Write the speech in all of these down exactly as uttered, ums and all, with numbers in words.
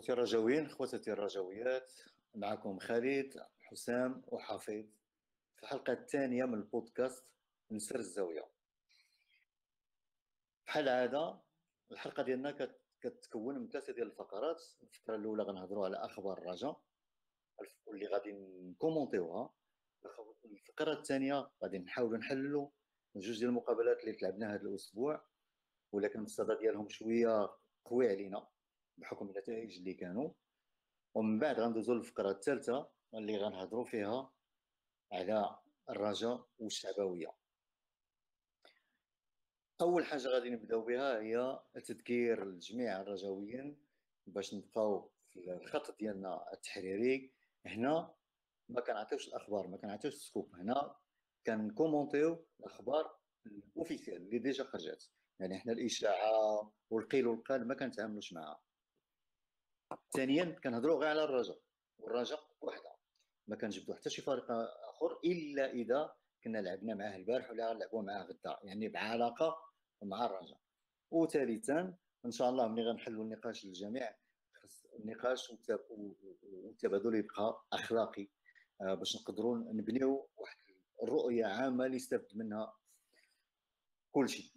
خوتي الرجويين خواتاتي الرجويات، معكم خالد حسام وحفيظ في الحلقة الثانية من البودكاست من سر الزاوية. بحال العادة الحلقة ديالنا كت- كتكون من ثلاثة ديال الفقرات. الفقرة الأولى غنهضروا على أخبار الرجاء واللي غادي نكومونتيوها. الفقرة الثانية غادي نحاولوا نحللوا جوج ديال المقابلات اللي تلعبنا هذا الأسبوع، ولكن الصدى ديالهم شوية قوي علينا بحكم النتائج اللي كانوا. ومن بعد غندوزو للفقره الثالثه اللي غنهضروا فيها على الرجاء والشعبويه. اول حاجه غادي نبداو بها هي تذكير الجميع الرجاويين باش نبقاو في الخط ديالنا التحريري. هنا ما كنعطيوش الاخبار، ما كنعطيوش السكوب، هنا كنكومونتيو الاخبار الاوفيسيال اللي ديجا خرجت. يعني حنا الاشاعه والقيل والقال ما كنتعاملوش معها. ثانيا كنهضروا غير على الرجاء، والرجاء وحده، ما كنجبدوا حتى شي فريق اخر الا اذا كنا لعبنا معاه البارح ولا غنلعبوا معاه غدا، يعني بعلاقه مع الرجاء. وثالثا ان شاء الله ملي غنحلوا النقاش للجميع، خص النقاش والتبادل يبقى اخلاقي باش نقدروا نبنيو واحد الرؤيه عامه اللي يستافد منها كل شيء.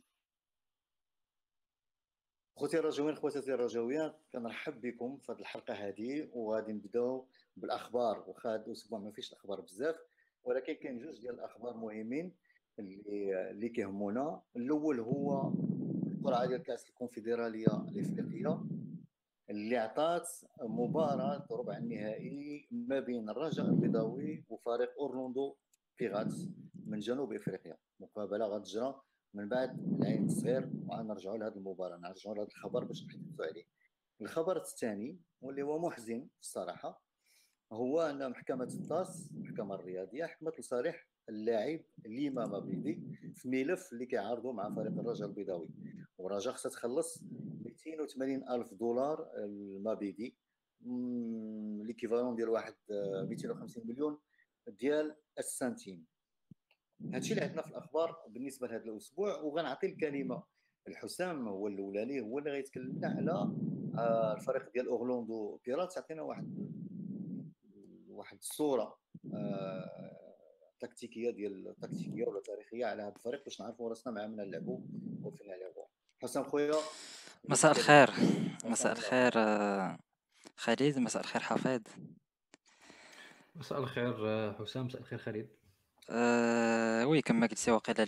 خوتي الرجويين خواتاتي الرجويات، كنرحب بكم في هذه الحلقه هذه، وغادي نبداو بالاخبار. واخا هذا الاسبوع ما فيش الاخبار بزاف، ولكن كاين جوج ديال الاخبار مهمين اللي اللي كيهمونا. الاول هو القرعه ديال كاس الكونفدراليه الافريقيه اللي عطات مباراه ربع النهائي ما بين الرجاء البيضاوي وفريق اورلاندو بيراتس من جنوب افريقيا. مقابله غتجرى من بعد العين الصغير، وغنرجعوا لهذه المباراه، نرجعوا لهذا الخبر باش نحدثوا عليه. الخبر الثاني واللي هو محزن الصراحه هو ان محكمه الطاس المحكمه الرياضيه حكمت لصالح اللاعب ليما مابيدي في ملف اللي كيعارضوا مع فريق الرجاء البيضاوي. والرجاء خصها تخلص مئتين وثمانين الف دولار المابيدي، ليكيفالون ديال واحد مئتين وخمسين مليون ديال السنتيم. هادشي اللي عندنا في الاخبار بالنسبه لهذا الاسبوع. وغنعطي الكلمه الحسام، هو الاولاني، هو اللي غيتكلم لنا على الفريق ديال اورلاندو بيراتس. عطينا واحد واحد الصوره تكتيكيه ديال تكتيكيه ولا تاريخيه على هذا الفريق باش نعرفوا راسنا مع من نلعبوا وفين نلعبوا. حسام خويا، مساء الخير. مساء الخير خالد. مساء الخير حفيظ. مساء الخير حسام. مساء الخير خالد. أه وي كما قلتي واقيلا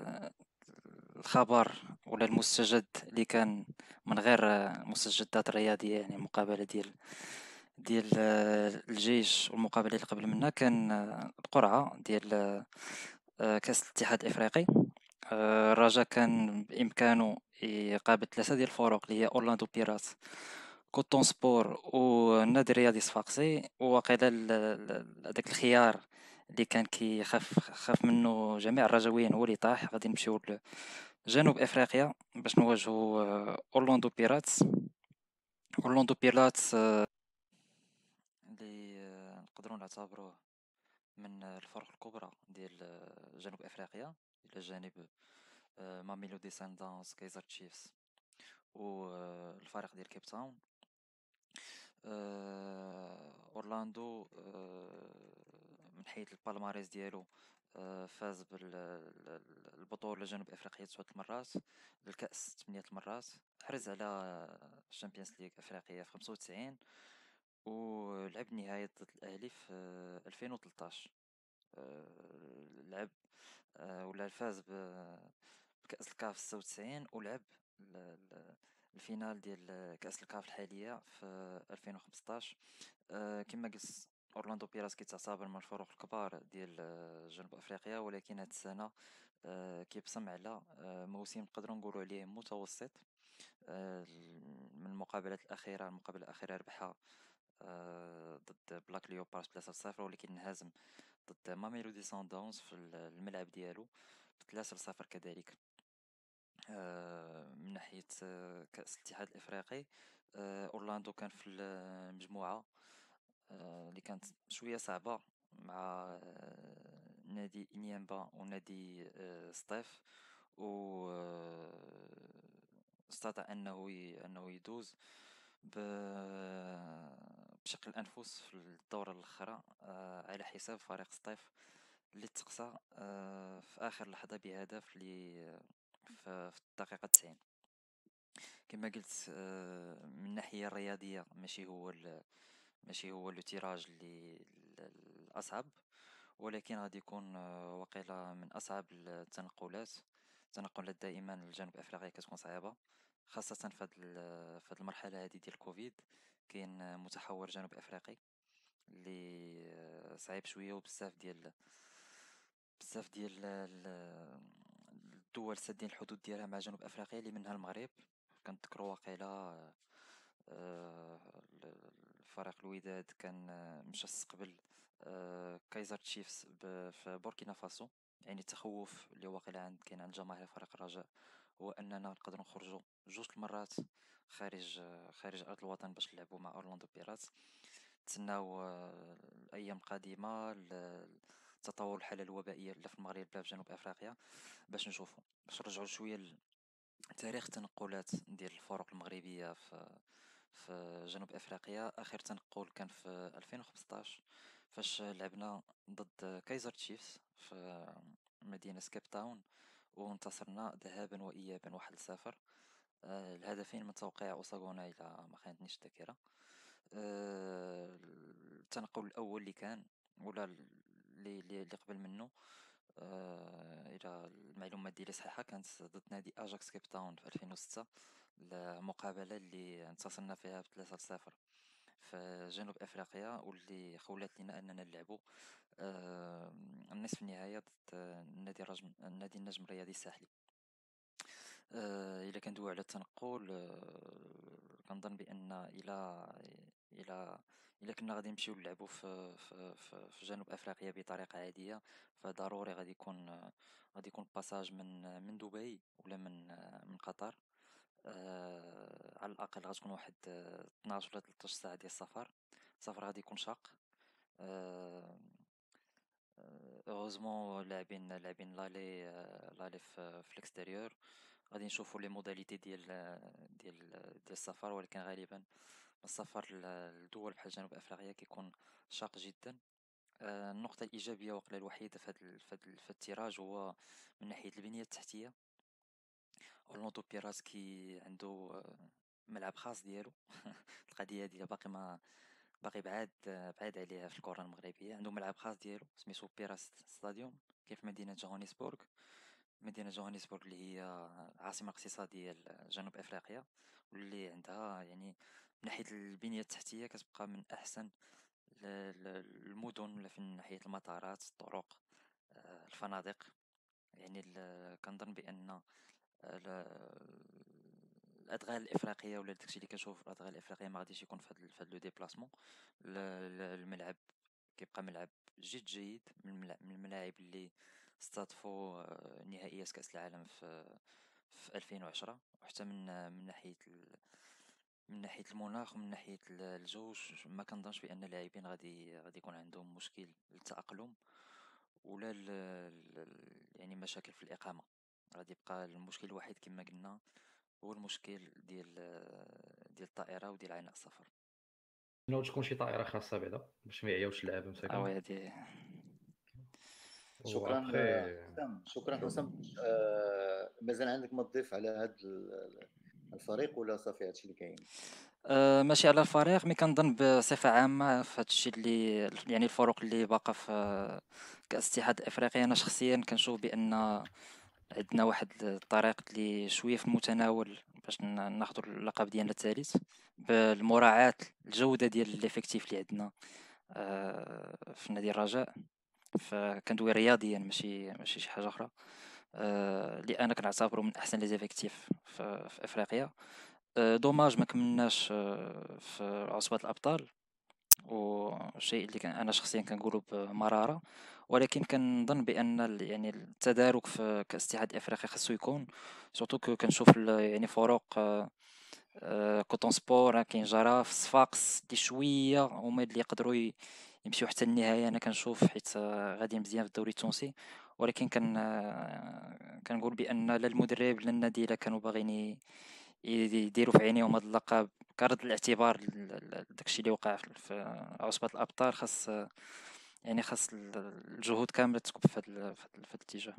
الخبر ولا المستجد اللي كان من غير مستجدات رياضيه، يعني مقابله ديال ديال الجيش والمقابله اللي قبل منها كان القرعه ديال كاس الاتحاد الافريقي. الرجاء كان بامكانه يقابل ثلاثه ديال الفرق اللي هي اورلاندو بيراتس، كوتون سبور والنادي الرياضي صفاقسي. وواقيلا هذاك الخيار اللي كان كيخاف خاف منه جميع الرجاويين هو اللي طاح. غادي نمشيو لجنوب افريقيا باش نواجهوا اورلاندو بيراتس. اورلاندو بيراتس اللي نقدروا نعتبروه من الفرق الكبرى ديال جنوب افريقيا الى جانب ماميلودي ساندانس، كايزر تشيفز والفريق ديال كيب تاون. اورلاندو من حيث البالماريس ديالو فاز بالبطوله جنوب افريقيا تسعة المرات، بالكاس ثمانية المرات، حرز على الشامبيونز ليغ افريقيا في خمسة وتسعين، ولعب النهائي ضد الاهلي في ألفين وثلاثطاش. لعب ولا فاز بكاس الكاف ستة وتسعين، ولعب الفينال ديال كاس الكاف الحاليه في ألفين وخمسطاش. كما قلت اورلاندو بيراس كيتعتبر من الفرق الكبار ديال جنوب افريقيا، ولكن هاد السنه كيبصم على موسم نقدروا نقولوا عليه متوسط. من المقابلات الاخيره المقابله الاخيره ربحها ضد بلاك ليوبارد ثلاثة صفر، ولكن انهزم ضد ماميلودي سانداونز في الملعب ديالو ثلاثة صفر كذلك. من ناحيه كاس الاتحاد الافريقي، اورلاندو كان في المجموعه اللي كانت شويه صعبه مع نادي انيامبا ونادي سطيف، و استطاع انه انه يدوز بشكل الأنفس في الدورة الأخرى على حساب فريق سطيف اللي تقصى في آخر لحظة بهدف اللي في الدقيقة تسعين. كما قلت من الناحية الرياضية ماشي هو ماشي هو لو تيراج اللي الأصعب، ولكن غادي يكون وقيلة من أصعب التنقلات. التنقلات دائما لجنوب أفريقيا كتكون صعيبة، خاصة في هذه المرحلة هذه ديال الكوفيد. كاين متحور جنوب أفريقي اللي صعيب شوية، وبزاف ديال بزاف ديال الدول سادين الحدود ديالها مع جنوب أفريقيا اللي منها المغرب. كنذكروا واقيلا فريق الوداد كان مشى استقبل كايزر تشيفز في بوركينا فاسو. يعني التخوف اللي واقيلا عند كاين عند جماهير فريق الرجاء هو اننا نقدروا نخرجوا جوج المرات خارج خارج ارض الوطن باش نلعبوا مع اورلاندو بيراتس. تسناو الايام القادمه تطور الحاله الوبائيه لا في المغرب لا في جنوب افريقيا باش نشوفوا باش نرجعوا شويه لتاريخ التنقلات ديال الفرق المغربيه في في جنوب افريقيا. اخر تنقل كان في ألفين وخمسطاش فاش لعبنا ضد كايزر تشيفز في مدينه كيب تاون، وانتصرنا ذهابا وايابا واحد صفر. آه الهدفين من توقيع اوساغونا الى ما خانتنيش الذاكره. آه التنقل الاول اللي كان ولا اللي اللي قبل منه، آه الى المعلومات ديالي صحيحه، كانت ضد نادي اجاكس كيب تاون في ألفين وستة، المقابله اللي انتصرنا فيها ب ثلاثة صفر في جنوب افريقيا، واللي خولت لنا اننا نلعبوا آه النصف النهائي ضد النادي الرجم النادي النجم الرياضي الساحلي. آه الا كندوي على التنقل، آه كنظن بان الى الى الا كنا غادي نمشيو نلعبوا في في في, في جنوب افريقيا بطريقه عاديه، فضروري غادي يكون غادي يكون باساج من من دبي ولا من من قطر. آه على الاقل غتكون واحد اثناش ولا ثلاثطاش ساعه ديال السفر. السفر غادي يكون شاق. آه اوغوزمون لاعبين لاعبين لالي لالي في في الاكستيريور. غادي نشوفوا لي موداليتي ديال ديال ديال السفر، ولكن غالبا السفر لدول بحال جنوب افريقيا كيكون شاق جدا. آه النقطه الايجابيه وقيلا الوحيده في هذا في التيراج هو من ناحيه البنيه التحتيه. اورلاندو بيراس كي عنده ملعب خاص ديالو القضيه ديال باقي ما باقي بعاد بعاد عليها في الكره المغربيه. عنده ملعب خاص ديالو سميتو بيراس ستاديوم، كاين في مدينه جوهانسبورغ. مدينه جوهانسبورغ اللي هي عاصمه اقتصاديه لجنوب افريقيا، واللي عندها يعني من ناحيه البنيه التحتيه كتبقى من احسن المدن في ناحيه المطارات، الطرق، الفنادق. يعني كنظن بان الادغال الافريقيه ولا داكشي اللي كنشوف في الادغال الافريقيه ما غاديش يكون في هذا لو ديبلاسمون. الملعب كيبقى ملعب جد جيد، من الملاعب اللي استضافوا نهائيات كاس العالم في في ألفين وعشرة. وحتى من من ناحيه من ناحيه المناخ ومن ناحيه الجو ما كنظنش بان اللاعبين غادي غادي يكون عندهم مشكل للتاقلم ولا يعني مشاكل في الاقامه. غادي يبقى المشكل الوحيد كما قلنا هو المشكل ديال ديال الطائره وديال عناء السفر. انه تكون شي طائره خاصه بعدا باش ما يعياوش اللعابه مساكن. اه هادي شكرا وابخي حسام. شكرا حسام. آه مازال عندك ما تضيف على هذا الفريق ولا صافي هادشي اللي كاين؟ أه ماشي على الفريق، مي كنظن بصفه عامه في هادشي اللي يعني الفرق اللي باقا في كاس الاتحاد الافريقي. انا شخصيا كنشوف بان عندنا واحد الطريق اللي شويه في المتناول باش ناخذ اللقب ديالنا الثالث، بالمراعاه الجوده ديال ليفيكتيف اللي عندنا أه في نادي الرجاء. فكندوي رياضيا ماشي ماشي شي حاجه اخرى. أه اللي انا كنعتبره من احسن لي زيفيكتيف في, في افريقيا. أه دوماج ما كملناش أه في عصبة الابطال، وشيء اللي كان انا شخصيا كنقوله بمراره. ولكن كنظن بان يعني التدارك في كاس الاتحاد الافريقي خاصو يكون سورتو كنشوف يعني فروق أه أه كوتون سبور، كاين جراف صفاقس اللي شويه هما اللي يقدروا يمشيو حتى النهايه. انا كنشوف حيت غادي مزيان في الدوري التونسي، ولكن كان كنقول بان لا المدرب لا النادي الا كانوا باغيين يديروا في عينيهم هذا اللقب كرد الاعتبار داكشي اللي وقع في في عصبة الابطال. خاص يعني خاص ال- الجهود كامله تكب في هذا في هذا الاتجاه.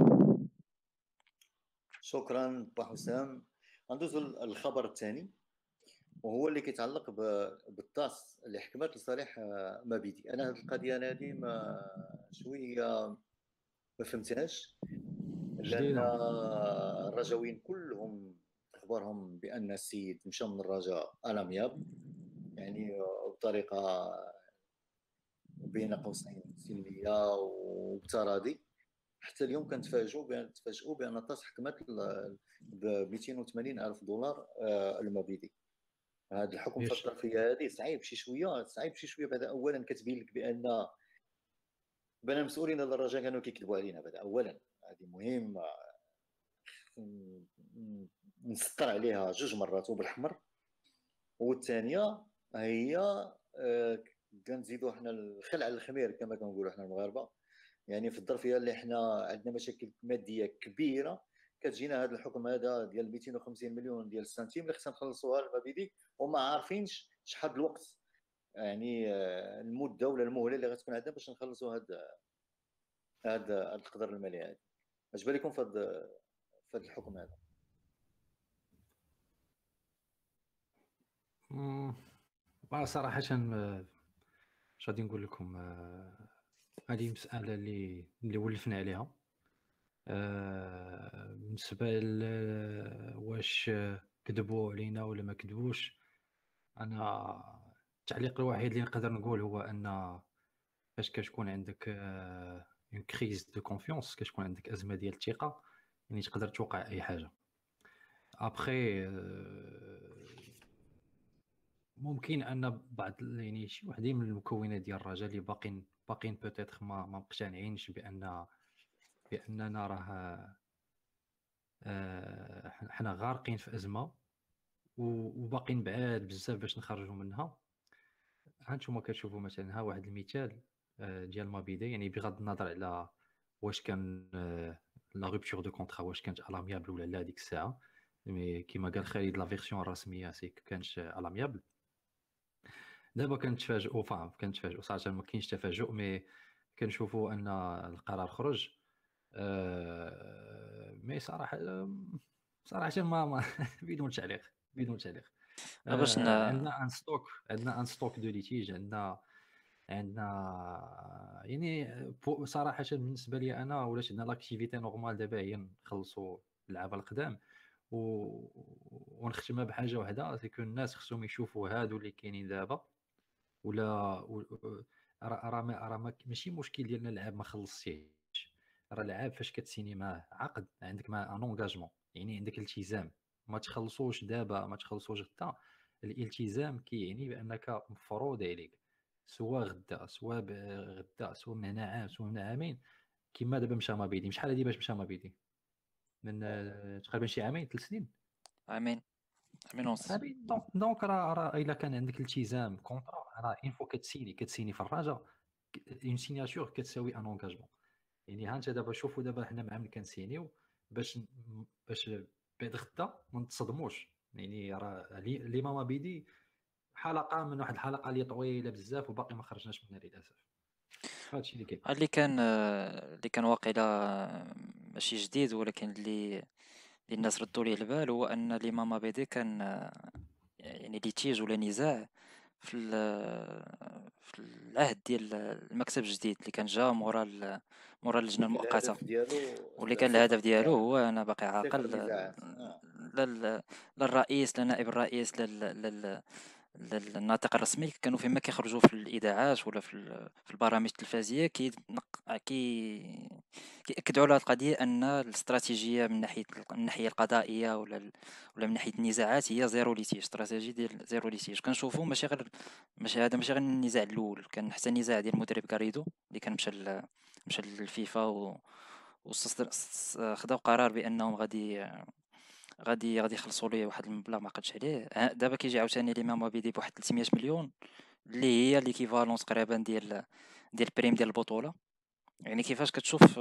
شكرا با حسام. غندوزو للخبر الثاني، وهو اللي كيتعلق ب- بالطاس اللي حكمت لصالح آه، مابيدي. انا هذه القضيه أنا هذه ما شويه ما فهمتهاش، لان جديدة. الرجاويين كلهم اخبارهم بان السيد مشى من الرجاء الامياب، يعني آه، بطريقه بين قوسين سلميه وبتراضي. حتى اليوم كنتفاجئوا بان تفاجئوا بان الطاس حكمت ب مئتين وثمانين الف دولار آه، المبيدي. هذا الحكم في باش الطرفيه هذه صعيب شي شويه، صعيب شي شويه. بعد اولا كتبين لك بان بان المسؤولين ديال الرجاء كانوا كيكذبوا علينا. بعد اولا هذه مهم ن- ن- نسطر عليها جوج مرات وبالحمر. والثانيه هي آه، كنزيدوا حنا الخل على الخمير كما كنقولوا حنا المغاربه. يعني في الظرفيه اللي حنا عندنا مشاكل ماديه كبيره، كتجينا هذا الحكم هذا ديال مئتين وخمسين مليون ديال السنتيم اللي خصنا نخلصوها للمبيدي، وما عارفينش شحال الوقت، يعني آه، المده ولا المهله اللي غتكون عندنا باش نخلصوا هذا هذا القدر المالي هذا. اش بالكم في هذا في هذا الحكم هذا؟ مم، ما صراحة آه، اش غادي نقول لكم. آه، هذه مسألة اللي اللي ولفنا عليها. آه، بالنسبة ل- واش كذبوا علينا ولا ما كذبوش، انا التعليق الوحيد اللي نقدر نقول هو ان فاش كتكون عندك اون كريز دو كونفيونس، كتكون عندك ازمه ديال الثقه، يعني تقدر توقع اي حاجه. ابخي ممكن ان بعض يعني شي وحدين من المكونات ديال الرجاء اللي باقين باقين بوتيتر ما ما مقتنعينش بان باننا راه آه، حنا غارقين في ازمه و- وباقين بعاد بزاف باش نخرجوا منها. هانتوما كتشوفوا مثلا ها واحد المثال آه، ديال مابيدي، يعني بغض النظر على واش كان آه، لا روبتور دو كونطرا واش كانت الاميابل ولا لا ديك الساعه. مي كيما قال خالد لا فيرسيون الرسميه سي كانت الاميابل. دابا كنتفاجئوا فاهم كنتفاجئوا صراحه، ما كاينش تفاجؤ، مي كنشوفوا ان القرار خرج. آه، مي صراحه صراحه ما, ما بدون تعليق بدون تعليق. باش ن... آه، عندنا ان ستوك عندنا ان ستوك دو ليتيج. عندنا عندنا يعني بو- صراحه بالنسبه لي انا ولات عندنا لاكتيفيتي نورمال دابا هي نخلصوا اللعابه القدام و... ونختمها بحاجه واحده، سيكو الناس خصهم يشوفوا هادو اللي كاينين دابا ولا و- راه راه ما- راه ما- ماشي مشكل ديالنا اللعاب ما خلصتيش. راه اللعاب فاش كتسيني معاه عقد عندك معاه ان انغاجمون، يعني عندك التزام. ما تخلصوش دابا ما تخلصوش غدا، الالتزام كيعني بانك مفروض عليك سواء غدا سواء ب- غدا سواء من هنا عام سواء من عامين. كيما دابا مشى مابيدي، شحال هادي باش مشى مابيدي؟ من آه، تقريبا شي عامين ثلاث سنين. امين امين ونص. امين دونك دونك راه راه الا كان عندك التزام كونطرا، راه اون فوا كتسيني كتسيني في الرجاء اون سيناتور كتساوي ان انغاجمون. يعني ها انت دابا شوفوا دابا حنا مع ملي كنسينيو باش ن- باش بعد غدا ما نتصدموش. يعني راه لي لي ماما بيدي حلقه من واحد الحلقه اللي طويله بزاف وباقي ما خرجناش منها للاسف. هادشي اللي كاين. اللي كان اللي كان واقيلا ماشي جديد، ولكن اللي اللي الناس ردوا ليه البال، هو ان الامام مابيدي كان يعني ليتيج ولا نزاع في ال- في العهد ديال المكتب الجديد اللي كان جا مورا ال- مورا اللجنه اللي كان المؤقته، الهدف ديالو واللي كان الهدف صفر ديالو نزاع، هو انا باقي عاقل. صفر نزاعات. اه لا ال- لا الرئيس لا نائب الرئيس لا ال- لا ال- لا ال- الناطق الرسمي كانوا فيما كيخرجوا في الاذاعات ولا في ال- في البرامج التلفزيونيه كي كي كيأكدوا على القضيه ان الاستراتيجيه من ناحيه من الناحيه القضائيه ولا ال- ولا من ناحيه النزاعات هي زيرو ليتيج، استراتيجي ديال زيرو ليتيج. كنشوفوا ماشي غير ماشي هذا ماشي غير النزاع الاول، كان حتى النزاع ديال المدرب غاريدو اللي كان مشى ل- مشى للفيفا و وخداو قرار بانهم غادي غادي غادي يخلصوا ليه واحد المبلغ ما عقدش عليه. ها- دابا كيجي عاوتاني الامام وبيدي بواحد ثلاثمية مليون اللي هي ليكيفالون تقريبا ديال ديال البريم ديال البطوله. يعني كيفاش كتشوف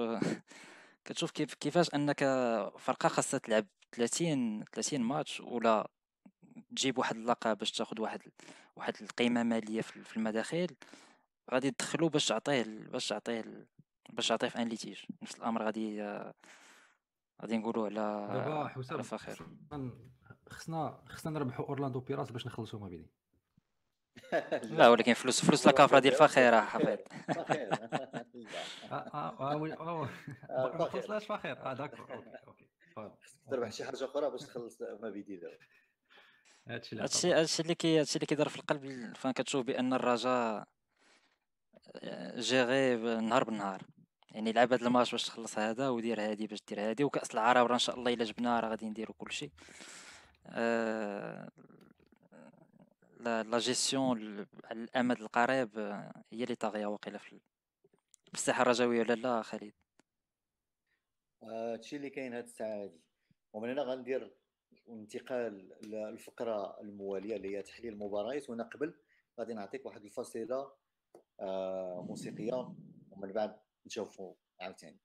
كتشوف كيف كيفاش انك فرقه خاصها تلعب ثلاثين ثلاثين ماتش ولا تجيب واحد اللقب باش تاخذ واحد واحد القيمه ماليه في في المداخل، غادي تدخلو باش تعطيه ال- باش تعطيه ال- باش تعطيه في ان ليتيج. نفس الامر غادي غادي نقولوا على دابا على حسام فخر. خصنا خصنا خصنا نربحوا اورلاندو بيراس باش نخلصوا ما بيني. لا ولكن فلوس فلوس لا كافرا ديال فخير حفيظ. فخير لا اه اه اه وي- اه آه، باقي ما فخير خلصناش فاخر. اه داكور اوكي اوكي فوالا. خصك تربح شي حاجه اخرى باش تخلص ما بيدي دابا. هادشي اللي هادشي عطا هادشي اللي كي هادشي اللي كيدار في القلب، فين كتشوف بان الرجاء آه، جيغي ب- نهار بالنهار. يعني لعب هاد الماتش باش تخلص هذا ودير هادي باش دير هادي، وكأس العرب راه ان شاء الله الا جبناه راه غادي نديرو كلشي. آه، لا لا جيستيون ال- على الامد القريب آه، هي اللي طاغيه واقيلا في في الساحه الرجاويه ولا لا خالد؟ هادشي اللي كاين هاد الساعه هادي. ومن هنا غندير انتقال للفقره المواليه اللي هي تحليل المباريات. وانا قبل غادي نعطيك واحد الفصيله آه، موسيقيه ومن بعد نشوفوا عاوتاني.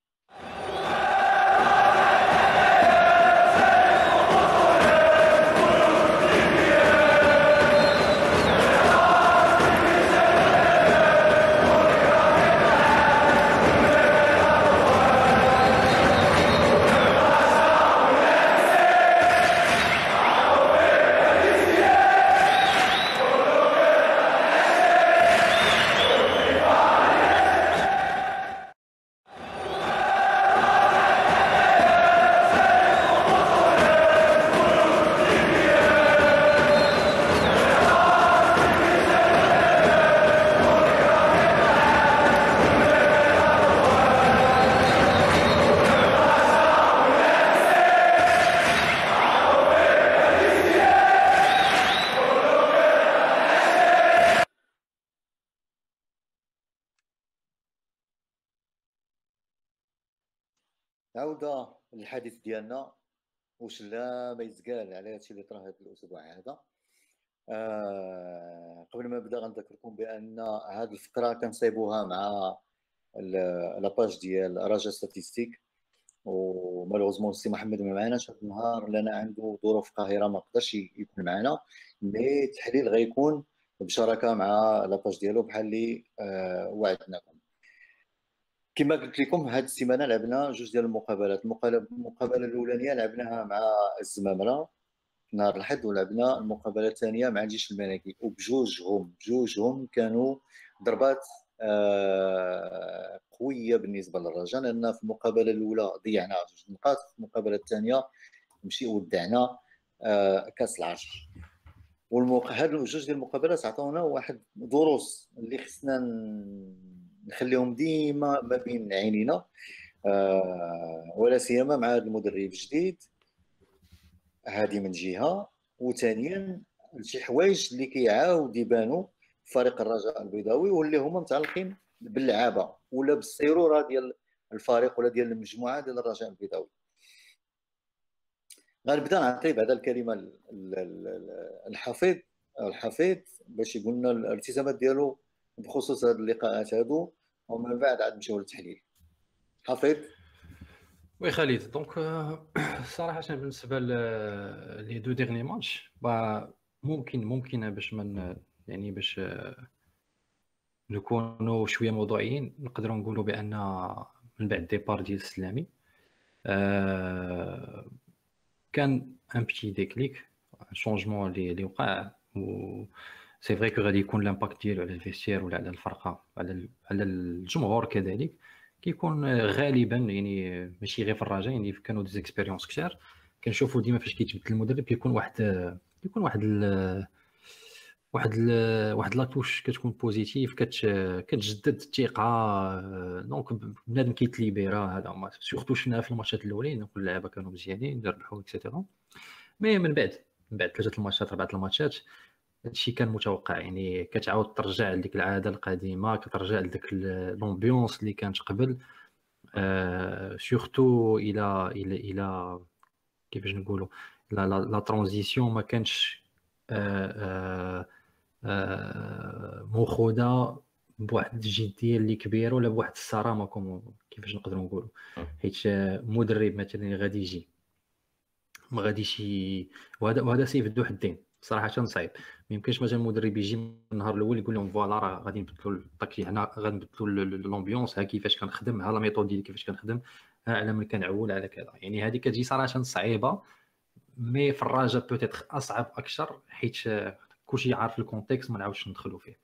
عودة للحديث ديالنا. واش لا ما يتقال على هادشي اللي طرا هاد الاسبوع هذا. آه قبل ما نبدا غنذكركم بان هاد الفقره كنصايبوها مع لاباج ديال رجاء ستاتيستيك. ومالوغوزمون السي محمد ما معناش هاد النهار لان عنده ظروف قاهره ما قدرش يكون معنا، مي التحليل غيكون بشراكه مع لاباج ديالو بحال اللي آه وعدناكم. كما قلت لكم هاد السيمانه لعبنا جوج ديال المقابلات. المقابله الاولانيه لعبناها مع الزمامره نهار الاحد، ولعبنا المقابله الثانيه مع الجيش الملكي، وبجوجهم بجوجهم كانوا ضربات آه قويه بالنسبه للرجاء، لان في المقابله الاولى ضيعنا جوج نقاط، في المقابله الثانيه مشي ودعنا آه كاس العشر. والمقابل جوج ديال المقابلات عطاونا واحد دروس اللي خصنا نخليهم ديما ما بين عينينا، آه ولا سيما مع هذا المدرب الجديد. هذه من جهه، وثانيا شي حوايج اللي كيعاود يبانوا في فريق الرجاء البيضاوي واللي هما متعلقين باللعابه ولا بالسيروره ديال الفريق ولا ديال المجموعه ديال الرجاء البيضاوي. غنبدا نعطي بعدا الكلمه الحفيظ الحفيظ باش يقول لنا الالتزامات ديالو بخصوص هاد اللقاءات هادو، ومن بعد عاد نمشيو للتحليل. حفيظ. وي خالد. دونك صراحه بالنسبه لي دو ديرني ماتش با ممكن ممكن باش من يعني باش نكونوا شويه موضوعيين نقدروا نقولوا بان من بعد ديبار ديال السلامي آه كان ان بتي ديكليك شونجمون اللي اللي وقع. و سي فري كو غادي يكون لامباكت ديالو على الفيستير ولا على الفرقه على على الجمهور كذلك كيكون غالبا يعني ماشي غير في الرجاء، يعني كانوا دي زيكسبيريونس كثار كنشوفوا ديما فاش كيتبدل المدرب كيكون واحد كيكون واحد ال واحد ال واحد لاطوش كتكون بوزيتيف كت كتجدد الثقه. دونك بنادم كيتليبيرا. هذا ما سورتو شفناها في الماتشات الاولين كل اللعابه كانوا مزيانين ربحوا اكسيتيرا. مي من بعد من بعد ثلاثه الماتشات اربعه الماتشات هادشي كان متوقع، يعني كتعاود ترجع لديك العاده القديمه، كترجع لديك لومبيونس اللي كانت قبل. آه سورتو الى الى الى كيفاش نقولوا لا لا ترانزيسيون ما كانش آه آه مخوده بواحد الجديه اللي كبيره ولا بواحد الصرامه كوم كيفاش نقدروا نقولوا، حيت مدرب مثلا غادي يجي ما غاديش. وهذا وهذا سيف ذو حدين. صراحه صعيب. ما يمكنش مثلا المدرب يجي من النهار الاول يقول لهم فوالا راه غادي نبدلوا الطاكتيك هنا، غنبدلوا لومبيونس، ها كيفاش كنخدم، ها لا ميثود ديالي كيفاش كنخدم، ها على من كنعول على كذا. يعني هذه كتجي صراحه صعيبه. مي في الرجاء بوتيتر اصعب اكثر، حيت كلشي عارف الكونتكست، ما نعاودش ندخلوا فيه.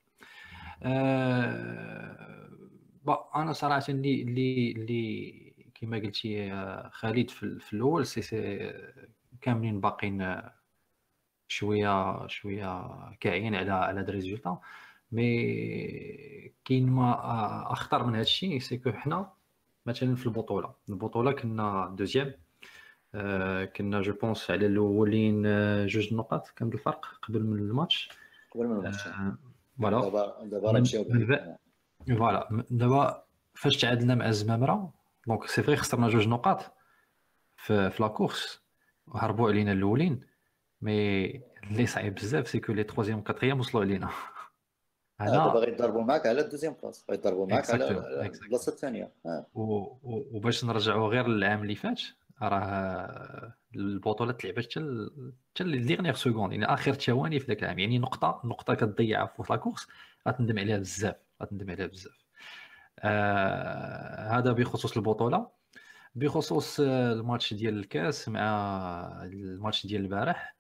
أه... با انا صراحه اللي اللي اللي كما قلتي خالد في, في الاول سي سي كاملين باقين شويه شويه كاعيين على على هاد الريزولطا. مي كاين ما اخطر من هذا الشيء، سي كو حنا مثلا في البطوله البطوله كنا دوزيام، أه كنا جو بونس على الاولين جوج نقاط كان الفرق قبل من الماتش، قبل من الماتش. فوالا دابا دابا راه مشاو بعيد. فوالا دابا فاش تعادلنا مع الزمامره دونك سي فري خسرنا جوج نقاط في في لا كورس، هربوا علينا الاولين. مي اللي صعيب بزاف سي كو لي ترويزيام كاتريام وصلوا علينا. اه دابا هنا غيضربوا معاك على الدوزيام بلاص، غيضربوا معاك على اكزاكتو البلاصه الثانيه. اه وباش نرجعوا غير للعام اللي فات، راه البطوله تلعبت حتى حتى لي ديغنيغ سكوند، يعني اخر ثواني في ذاك العام. يعني نقطه نقطه كتضيعها في لا كورس غتندم عليها بزاف، غتندم عليها بزاف. آه هذا بخصوص البطوله. بخصوص الماتش ديال الكاس مع الماتش ديال البارح،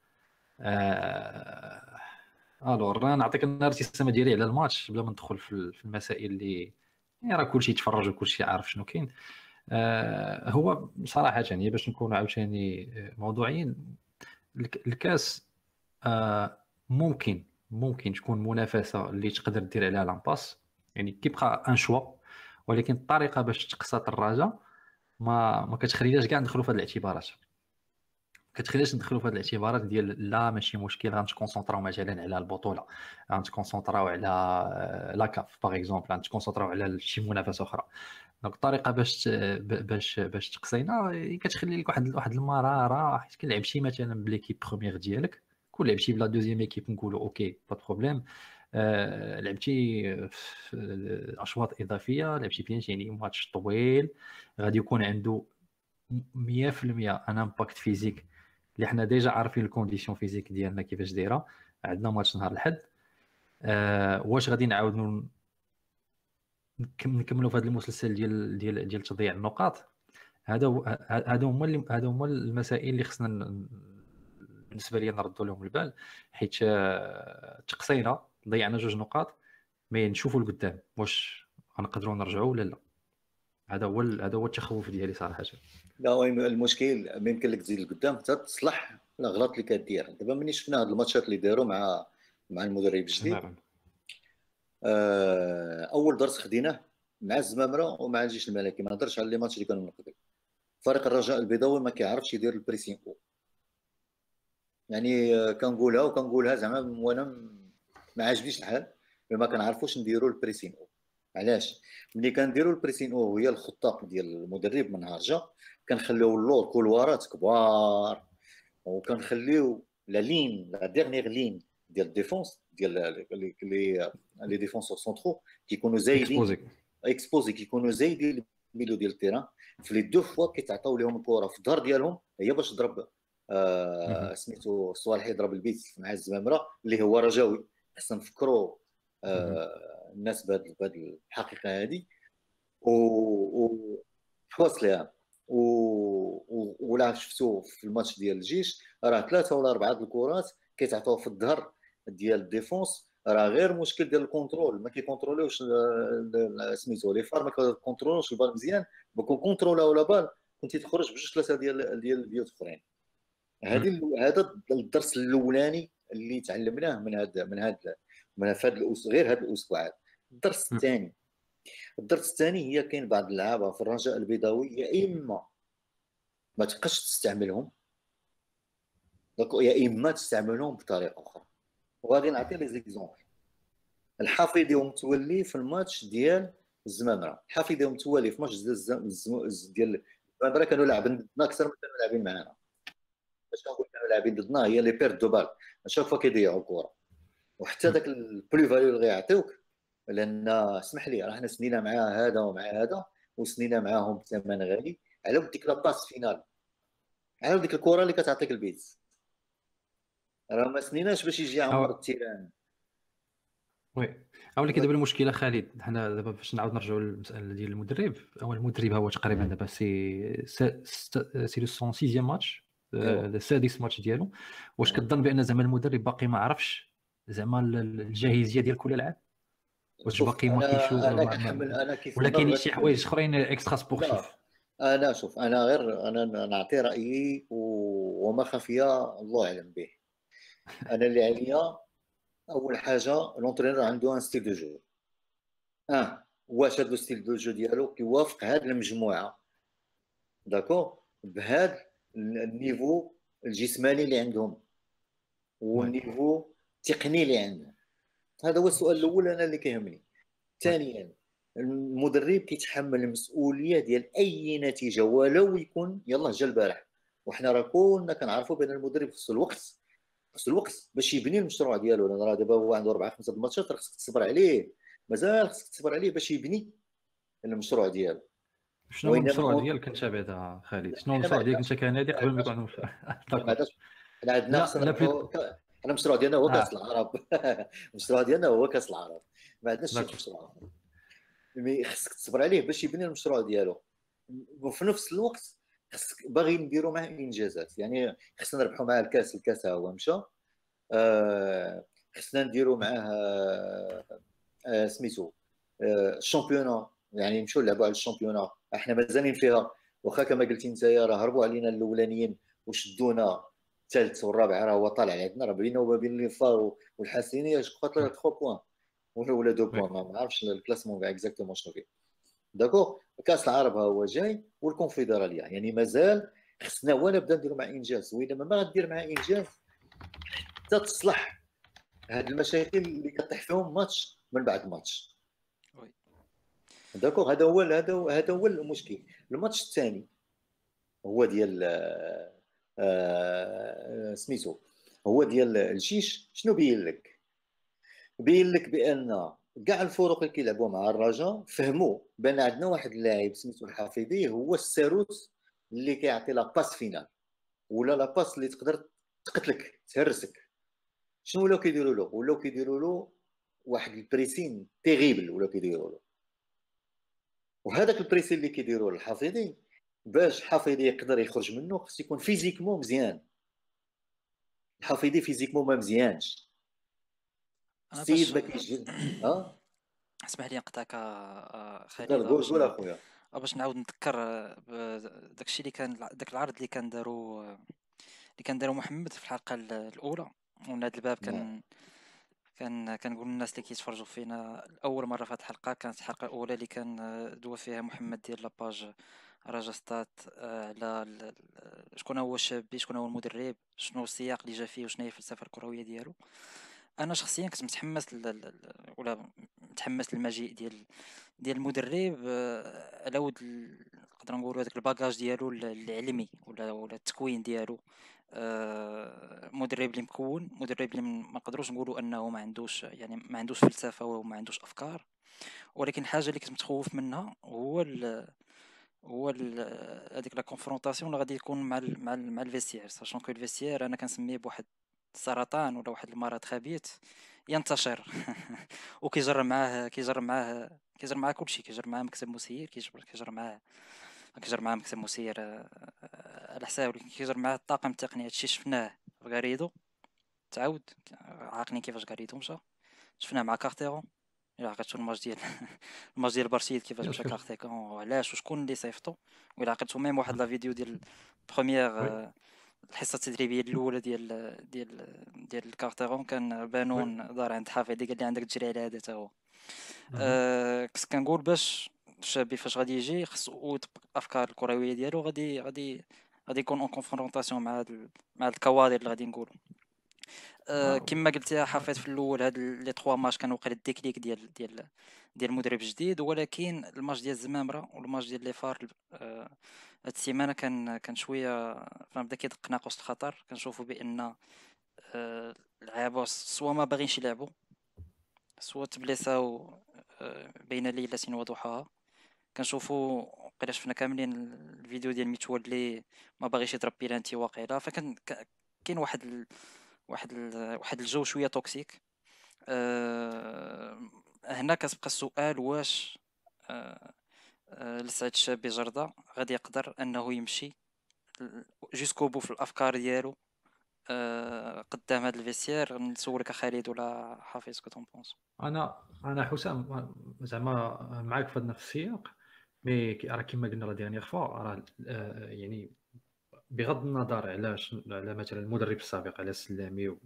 آه الور نعطيك انا الرساله ديالي على الماتش بلا ما ندخل في المسائل اللي يعني راه كلشي يتفرج وكلشي عارف شنو كاين. آه هو صراحه يعني باش نكونوا عاوتاني موضوعيين، الكاس آه ممكن ممكن تكون منافسه اللي تقدر دير عليها لامباس، يعني كيبقى ان شوا، ولكن الطريقه باش تقسط الرجاء ما ما كتخليناش كاع ندخلوا في هذه الاعتبارات، كتخليناش ندخلوا في هذه الاعتبارات ديال لا ماشي مشكل غنتكونسونطراو مثلا على البطوله، غنتكونسونطراو على لا كاف باغ اكزومبل، غنتكونسونطراو على شي منافسه اخرى. دونك الطريقه باش باش باش تقصينا كتخلي لك واحد واحد المراره، حيت كنلعب شي مثلا بليكيب بروميير ديالك، كون لعبتي بلا دوزيام ايكيب نقولوا اوكي با بروبليم، آه لعبتي في اشواط اضافيه، لعبتي بيان يعني ماتش طويل غادي يكون عنده مية في المية ان امباكت فيزيك اللي حنا ديجا عارفين الكونديسيون فيزيك ديالنا كيفاش دايره. عندنا ماتش نهار الاحد، آه واش غادي نعاودوا نكملوا في هذا المسلسل ديال ديال ديال تضييع النقاط؟ هذا هذا هما اللي هذا هما المسائل اللي خصنا بالنسبه لي نردوا لهم البال، حيت تقصينا ضيعنا جوج نقاط، مي نشوفوا لقدام واش غنقدروا نرجعوا ولا لا. هذا هو هذا هو التخوف ديالي صراحه. لا المشكل ما يمكن لك تزيد لقدام حتى تصلح الاغلاط اللي كدير. دابا ملي شفنا هاد الماتشات اللي داروا مع مع المدرب الجديد، آه اول درس خديناه مع الزمامره ومع الجيش الملكي، ما نهضرش على لي ماتش اللي كانوا من قبل. فريق الرجاء البيضاوي ما كيعرفش يدير البريسينغ، يعني كنقولها وكنقولها زعما وانا ما عاجبنيش الحال، ما كنعرفوش نديروا البريسينغ. علاش؟ ملي كنديروا البريسينغ وهي الخطه ديال المدرب من هرجه، كنخليو اللور كولوارات كبار، وكنخليو لا لين لا ديرنيير لين ديال الديفونس ديال لي لي ديفونسور سونترو كيكونوا زايدين اكسبوزي، كيكونوا زايدين الميلو ديال التيران. في لي دو فوا كيتعطاو لهم الكره في الظهر ديالهم هي باش تضرب آه سميتو صالح يضرب البيت مع الزمامره اللي هو رجاوي. خصنا نفكروا آه الناس بهذه الحقيقه هذه و فواصل ليها. ولا شفتوا في الماتش ديال الجيش راه ثلاثه ولا اربعه الكرات كيتعطاو في الظهر ديال الديفونس، راه غير مشكل ديال الكونترول، ما كيكونترولوش سميتو لي فار، ما كيكونترولوش البال مزيان. بكون كونترولا لا بال كنتي تخرج بجوج ثلاثه ديال ديال البيوت اخرين. هذه هذا الدرس الاولاني اللي تعلمناه من هذا من هذا من هذا غير هذا الاسبوعات. الدرس الثاني الدرس الثاني هي كاين بعض اللعابه في الرجاء البيضاوي يا اما ما تبقاش تستعملهم يا اما تستعملهم بطريقه اخرى. وغادي نعطي لي زيكزومبل. الحفيظي ومتولي في الماتش ديال الزمامره، الحفيظي ومتولي في ماتش ديال ديال الزمامره كانوا لاعبين ضدنا اكثر من كانوا لاعبين معنا. باش كنقول كانوا لاعبين ضدنا هي لي بيرد دو بال، شاك فوا كيضيعوا الكره، وحتى داك البلو فاليو اللي غيعطيوك، لان اسمح لي راه حنا سنينا مع هذا ومع هذا وسنينا معاهم بثمن غالي على ديك لاباس فينال، على ديك الكره اللي كتعطيك البيت. راه ما سنيناش باش يجي عمر التيران. وي اولا كي دابا المشكله خالد، حنا دابا باش نعاود نرجعوا للمساله ديال المدرب. هو المدرب هو تقريبا دابا سي سي لو سون سيزيام ماتش، السادس ماتش ديالو. واش كتظن بان زعما المدرب باقي ما عرفش زعما الجاهزيه ديال كل لاعب؟ واش باقي ما كيشوف انا كنحمل انا كيف ولا كاين شي حوايج اخرين اكسترا سبورتيف؟ انا شوف، انا غير انا نعطي رايي وما خفي الله اعلم به. انا اللي عليا اول حاجه لونترينور عنده ان ستيل دو جو، اه واش هذا ستيل دو جو ديالو كيوافق هذه المجموعه داكو بهذا النيفو الجسماني اللي عندهم والنيفو التقني اللي عندهم. هذا هو السؤال الاول انا اللي كيهمني. ثانيا المدرب كيتحمل المسؤوليه ديال اي نتيجه ولو يكون يلاه جا البارح. وحنا راه كلنا كنعرفوا بان المدرب خصو الوقت، خصو الوقت باش يبني المشروع ديالو. لان راه دابا هو عنده اربعه خمسه الماتشات، راه خصك تصبر عليه، مازال خصك تصبر عليه باش يبني المشروع ديالو. شنو هو المشروع ديالك انت بعدا خالد؟ شنو هو المشروع ديالك انت كنادي قبل ما يكون عندك مشروع؟ حنا عندنا خصنا نربحوا. انا المشروع ديالنا هو كاس العرب. المشروع ديالنا هو كاس العرب، ما عندناش شي مشروع. مي خصك تصبر عليه باش يبني المشروع ديالو. وفي نفس الوقت خصك باغي نديروا معاه انجازات. يعني خصنا نربحوا معاه الكاس، الكاس هو مشى. آه خصنا نديروا معاه آه سميتو آه الشامبيونا، يعني نمشيو نلعبوا على الشامبيونا. احنا مازالين فيها، واخا كما قلتي انت راه هربوا علينا الاولانيين وشدونا الثالث والرابع، راه هو طالع عندنا، راه بيننا وما بين لينفار والحسينيه جو كخوا ثلاثة بوان ولا ولا دو بوان، ما عرفتش الكلاسمون كاع اكزاكتومون شنو فيه. داكو كاس العرب ها هو جاي والكونفدراليه، يعني مازال خصنا ولا نبدا نديروا مع انجاز. واذا ما غادير مع انجاز حتى تصلح هاد المشاكل اللي كطيح فيهم ماتش من بعد ماتش. داكو هذا هو هذا هذا هو المشكل. الماتش الثاني هو ديال آه سميتو هو ديال الجيش. شنو بين لك؟ بين لك بان كاع الفرق اللي كيلعبوا مع الرجاء فهموا بان عندنا واحد اللاعب سميتو الحفيظي هو الساروت اللي كيعطي لا باس فينال ولا لا باس اللي تقدر تقتلك تهرسك. شنو ولاو كيديروا له؟ ولاو كيديروا له واحد البريسين تيريبل ولاو كيديروا له. وهذاك البريسين اللي كيديروا للحفيظي باش حفيظي يقدر يخرج منه خص يكون فيزيكمون مزيان. الحفيظي فيزيكمون ما مزيانش. السيد ما كيجي ها اسمح لي نقطعك خالد. قول قول اخويا. باش نعاود نذكر داكشي اللي كان داك العرض اللي كان داروا اللي كان داروا محمد في الحلقه الاولى. ومن هذا الباب كان كان كنقول للناس اللي كيتفرجوا فينا اول مره في هذه الحلقه، كانت الحلقه الاولى اللي كان دوا فيها محمد ديال لاباج رجا ستات على شكون هو الشابي، شكون هو المدرب، شنو السياق اللي جا فيه، وشنو هي الفلسفه الكرويه ديالو. انا شخصيا كنت متحمس ل... ولا متحمس للمجيء ديال ديال المدرب على ود نقدر نقولوا هذاك الباجاج ديالو العلمي ولا ولا التكوين ديالو. مدرب اللي مكون، مدرب اللي ما نقدروش نقولوا انه ما عندوش يعني ما عندوش فلسفه وما عندوش افكار، ولكن الحاجه اللي كنت متخوف منها هو ال هو هذيك لا كونفرونطاسيون اللي غادي يكون مع ال مع ال مع الفيستير. ساشون كو الفيستير انا كنسميه بواحد السرطان ولا واحد المرض خبيث ينتشر وكيجر معاه كيجر معاه كيجر معاه كلشي، كيجر معاه مكتب مسير، كيجر كيجر معاه كيجر معاه مكتب مسير على حساب، كيجر معاه الطاقم التقني. هادشي شفناه في غاريدو، تعاود عاقني كيفاش غاريدو مشى، شفناه مع كارتيرون الا عقلتو الماتش ديال الماتش ديال برشيد كيفاش مشى كارتيرون وعلاش وشكون اللي صيفطو. ولا عقلتو ميم واحد لا فيديو ديال بروميير الحصه التدريبيه الاولى ديال ديال ديال الكارتيرون كان بانون دار عند حافظي قال لي عندك تجري على هذا حتى هو. أه كنت كنقول باش الشابي فاش غادي يجي خصو الافكار الكرويه ديالو غادي غادي غادي يكون اون كونفرونطاسيون مع هاد مع هاد الكوادر اللي غادي نقولوا. أه كما قلتي حفيظ في الاول هاد لي ثلاثة ماتش كانوا وقيلا الديكليك ديال ديال ديال المدرب الجديد، ولكن الماتش ديال الزمامره والماتش ديال لي فار أه هاد السيمانه كان كان شويه فبدا كيدق ناقوس الخطر. كنشوفوا بان أه اللعابه سوا ما باغينش يلعبوا سوا تبليساو أه بين ليله وضحاها. كنشوفوا قيلا شفنا كاملين الفيديو ديال ميتولي ما باغيش يضرب بيلانتي واقيلا. فكان كاين واحد واحد ال... واحد الجو شويه توكسيك. أه... هنا كتبقى السؤال واش أه... أه... لسعد الشابي جردة غادي يقدر انه يمشي جوسكو بو في الافكار ديالو أه... قدام هذا الفيسير. نسولك خالد ولا حافظ كو تون بونس؟ انا انا حسام زعما معاك في نفس السياق، مي راه كما قلنا لا ديرنيير فوا راه آه، يعني بغض النظر على على مثلا المدرب السابق على السلامي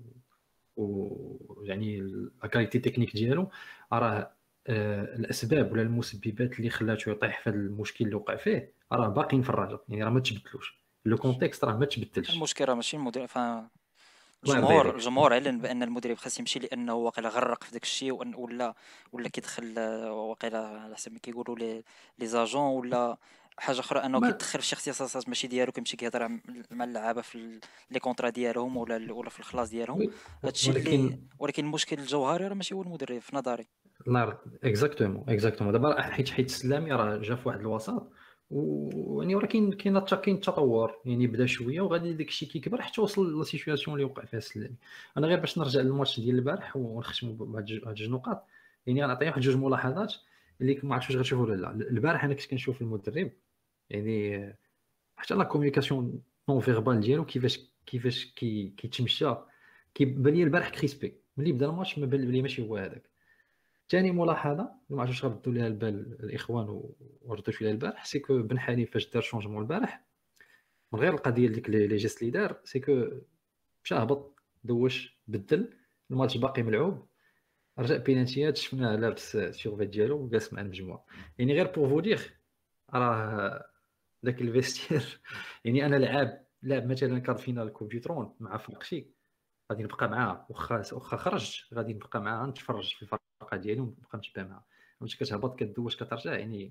ويعني لا كاليتي تكنيك ديالو، راه آه، الاسباب ولا المسببات اللي خلاته يطيح في هذا المشكل اللي وقع فيه راه باقيين في الراجل، يعني راه ما تبدلوش، لو كونتكست راه ما تبدلش. المشكل راه ماشي المدير، ف الله يرضي الجمهور عليك. الجمهور علن بان المدرب خاص يمشي لانه واقيلا غرق في داك الشيء، وان ولا ولا كيدخل آه، واقيلا على حسب ما كيقولوا لي لي زاجون، ولا حاجه اخرى انه ما كيدخل في شي اختصاصات ماشي ديالو، كيمشي كيهضر مع اللعابه في لي كونطرا ديالهم ولا ولا في الخلاص ديالهم. وي، هادشي اللي ولكن ولكن المشكل الجوهري راه ماشي هو المدرب في نظري. الله يرضي اكزاكتومون اكزاكتومون. دابا حيت حيت السلامي راه جا في واحد الوسط، ويعني راه كاين كاين كاين التطور، يعني بدا شويه وغادي داك الشيء كيكبر حتى وصل للسيتوياسيون اللي وقع فيها السلامي. انا غير باش نرجع للماتش ديال البارح ونختموا بهاد هاد جوج نقاط، يعني غنعطي واحد جوج ملاحظات اللي ما عرفتش واش غتشوفوا ولا لا. البارح انا كنت كنشوف المدرب، يعني حتى لا كومونيكاسيون نون فيربال ديالو كيفاش كيفاش كي كيتمشى، كيبان لي البارح كريسبي ملي بدا الماتش، ما بان لي ماشي هو هذاك. ثاني ملاحظه ما عرفتش غردوا ليها البال الاخوان وردوا ليها البارح، سي كو بن حليم فاش دار شونجمون البارح من غير القضيه ديك لي جيست اللي دار، سي كو مشى هبط دوش بدل الماتش باقي ملعوب، رجع بيناتيات شفناه لابس الشورفيت ديالو وجالس مع المجموعه. يعني غير بور فو دير راه داك الفيستير يعني انا لعاب لعب مثلا كارت فينال كوب دي ترون مع فرقشي غادي نبقى معاه، واخا واخا خرج غادي نبقى معاه نتفرج في الفرقه ديالو ونبقى متبع معاه. فهمتي كتهبط كدوش كترجع، يعني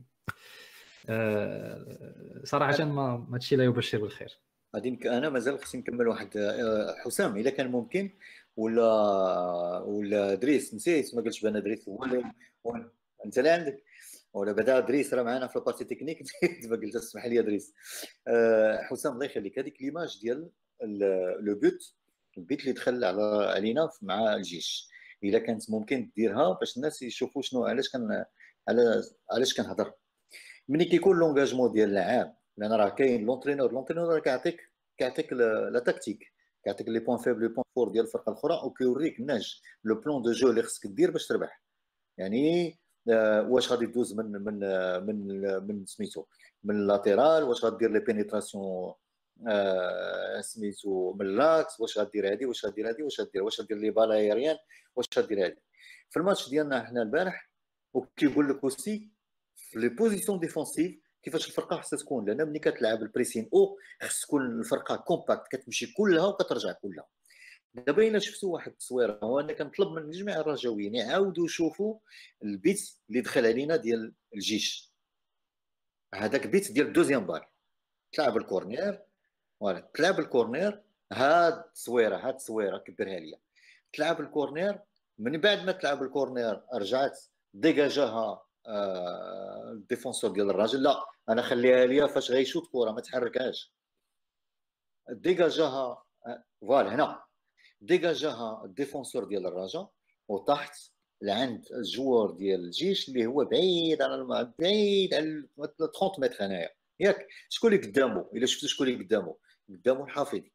آه صراحه ما هادشي لا يبشر بالخير. غادي انا مازال خصني نكمل واحد آه، حسام اذا كان ممكن، ولا ولا دريس نسيت ما قلتش بان دريس هو اللي وين انت اللي عندك، ولا بدا دريس راه معنا في البارتي تكنيك ما قلت اسمح لي يا دريس. أه حسام الله يخليك، هذيك ليماج ديال لو بوت البيت اللي دخل على علينا مع الجيش، اذا كانت ممكن ديرها باش الناس يشوفوا شنو علاش كان على علاش كنهضر. ملي كيكون لونغاجمون ديال اللاعب، لان راه كاين لونترينور لونترينور راه كيعطيك كيعطيك لا تاكتيك، كيعطيك لي بوين فيبل لي بوين فور ديال الفرقه الاخرى، وكيوريك النهج لو بلون دو جو اللي خصك دير باش تربح. يعني آه واش غادي دوز من من من من سميتو من اللاتيرال، واش غدير لي بينيتراسيون آه سميتو من لاكس، واش غدير هادي واش غدير هادي واش غدير واش غدير لي بالا ايريان واش غدير هادي. في الماتش ديالنا حنا البارح وكيقول لك اوسي في لي بوزيسيون ديفونسيف كيفاش الفرقه خصها تكون، لان ملي كتلعب البريسين او خص تكون الفرقه كومباكت كتمشي كلها وكترجع كلها. دابا الا شفتوا واحد التصويره، وانا كنطلب من جميع الرجاويين يعاودوا يشوفوا البيت اللي دخل علينا ديال الجيش، هذاك بيت ديال الدوزيام بال تلعب الكورنير، فوالا تلعب الكورنير، هاد التصويره هاد التصويره كبرها ليا، تلعب الكورنير، من بعد ما تلعب الكورنير رجعت ديجاجاها آه الديفونسور ديال الراجل، لا انا خليها ليا فاش غيشوط كره ما تحركهاش، ديجاجاها فوالا هنا ديجاجاها الديفونسور ديال الرجاء وطاحت لعند الجوار ديال الجيش اللي هو بعيد على الم... بعيد على ثلاثين متر هنايا ياك. شكون اللي قدامه؟ الا شفتوا شكون اللي قدامه؟ قدامه الحافظي.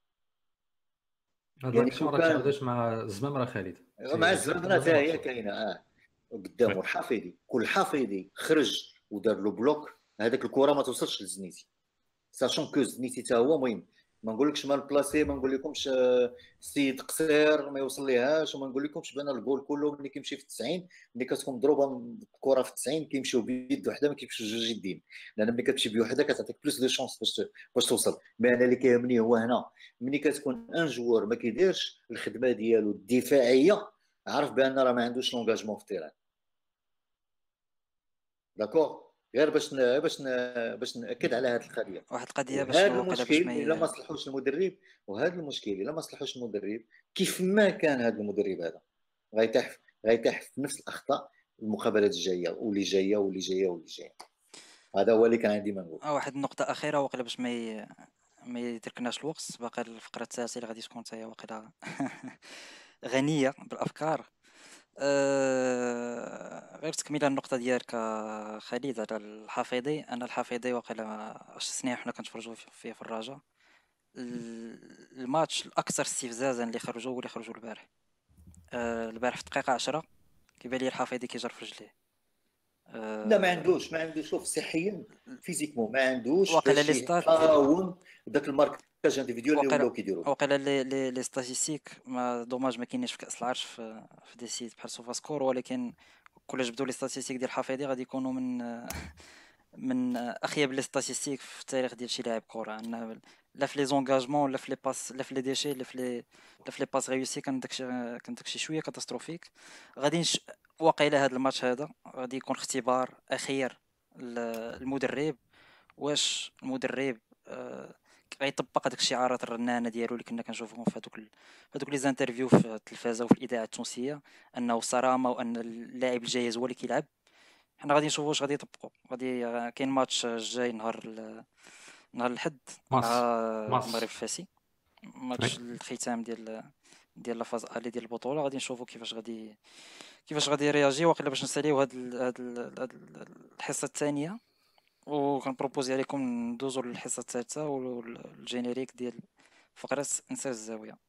هاد يعني لاكسيون راه كان تعاودات مع الزمام راه خالد مع الزمن حتى هي كاينه اه قدامه الحافظي، كل حافظي خرج ودار له بلوك، هذاك الكره ما توصلش للزنيتي، ساشون كو زنيتي حتى هو مهم. ما نقولكش مال بلاسي، ما نقول لكمش السيد قصير ما يوصل ليهاش، وما نقول لكمش بان الجول كله ملي كيمشي في تسعين، ملي كتكون مضروبه الكره في تسعين كيمشيو بيد وحده ما كيمشيوش جوج يدين، لان ملي كتمشي بوحده كتعطيك بلوس دو شونس باش باش توصل. مي انا اللي كيهمني هو هنا ملي كتكون ان جوار ما كيديرش الخدمه ديالو الدفاعيه، عرف بان راه ما عندوش لونغاجمون في التيران. داكور، غير باش ن... باش ن... باش ناكد على هذه القضيه. واحد القضيه باش وهذا واقيلا باش المشكل ما الا ي... ما صلحوش المدرب، وهذا المشكل الا ما صلحوش المدرب كيف ما كان هذا المدرب هذا غيتحف غيتحف في نفس الاخطاء المقابلات الجايه واللي جايه واللي جايه واللي جايه. هذا هو اللي كان عندي ما نقول. آه، واحد النقطه اخيره واقيلا باش ما ي... ما يدركناش الوقت. باقي الفقره الثالثه اللي غادي تكون حتى هي واقيلا غنيه بالافكار. أه... غير تكمله النقطه ديالك آه، خالد على الحفيظي. انا الحفيظي واقيلا عشر سنين حنا كنتفرجوا فيه في الرجاء. ال- الماتش الاكثر استفزازا اللي خرجوا هو اللي خرجوا البارح. أه... البارح في دقيقه عشرة كيبان لي الحفيظي كيجر في رجليه. لا ما أه... عندوش ما عندوش شوف صحيا فيزيكمون ما عندوش واقيلا باش لي ستات يقاوم داك الماركاج انديفيديوال اللي وقيلا ولاو كيديروا. وقيلا لي لي لي ستاتيستيك ما دوماج ما كاينينش في كاس العرش في في دي سيت بحال سوفا سكور، ولكن كل جبدوا لي ستاتيستيك ديال حفيظي غادي يكونوا من من اخيب لي ستاتيستيك في التاريخ ديال شي لاعب كره. عندنا لا في لي زونغاجمون لا في لي باس لا في لي ديشي لا في لي لا في لي باس ريوسي كان داكشي كان داكشي شويه كاتاستروفيك. غادي نش... واقيلا هذا الماتش هذا غادي يكون اختبار اخير للمدرب، واش المدرب آه، غيطبق هذيك الشعارات الرنانه ديالو اللي كنا كنشوفوهم في هذوك ال... هذوك لي زانترفيو في التلفازه وفي الاذاعه التونسيه، انه صرامه وان اللاعب الجاهز هو اللي كيلعب. حنا غادي نشوفوا واش غادي يطبقوا. غادي كاين ماتش جاي نهار ال... نهار الحد مع ماس المغرب ماس الفاسي، ماتش وي. الختام ديال ديال لافاز الي ديال البطوله. غادي نشوفوا كيفاش غادي كيفاش غادي يرياجي. واقيلا باش نساليو هاد ال... هاد ال... هاد الحصه الثانيه، وكنبروبوزي عليكم ندوزو للحصه الثالثه والجينيريك ديال فقره انسى الزاويه.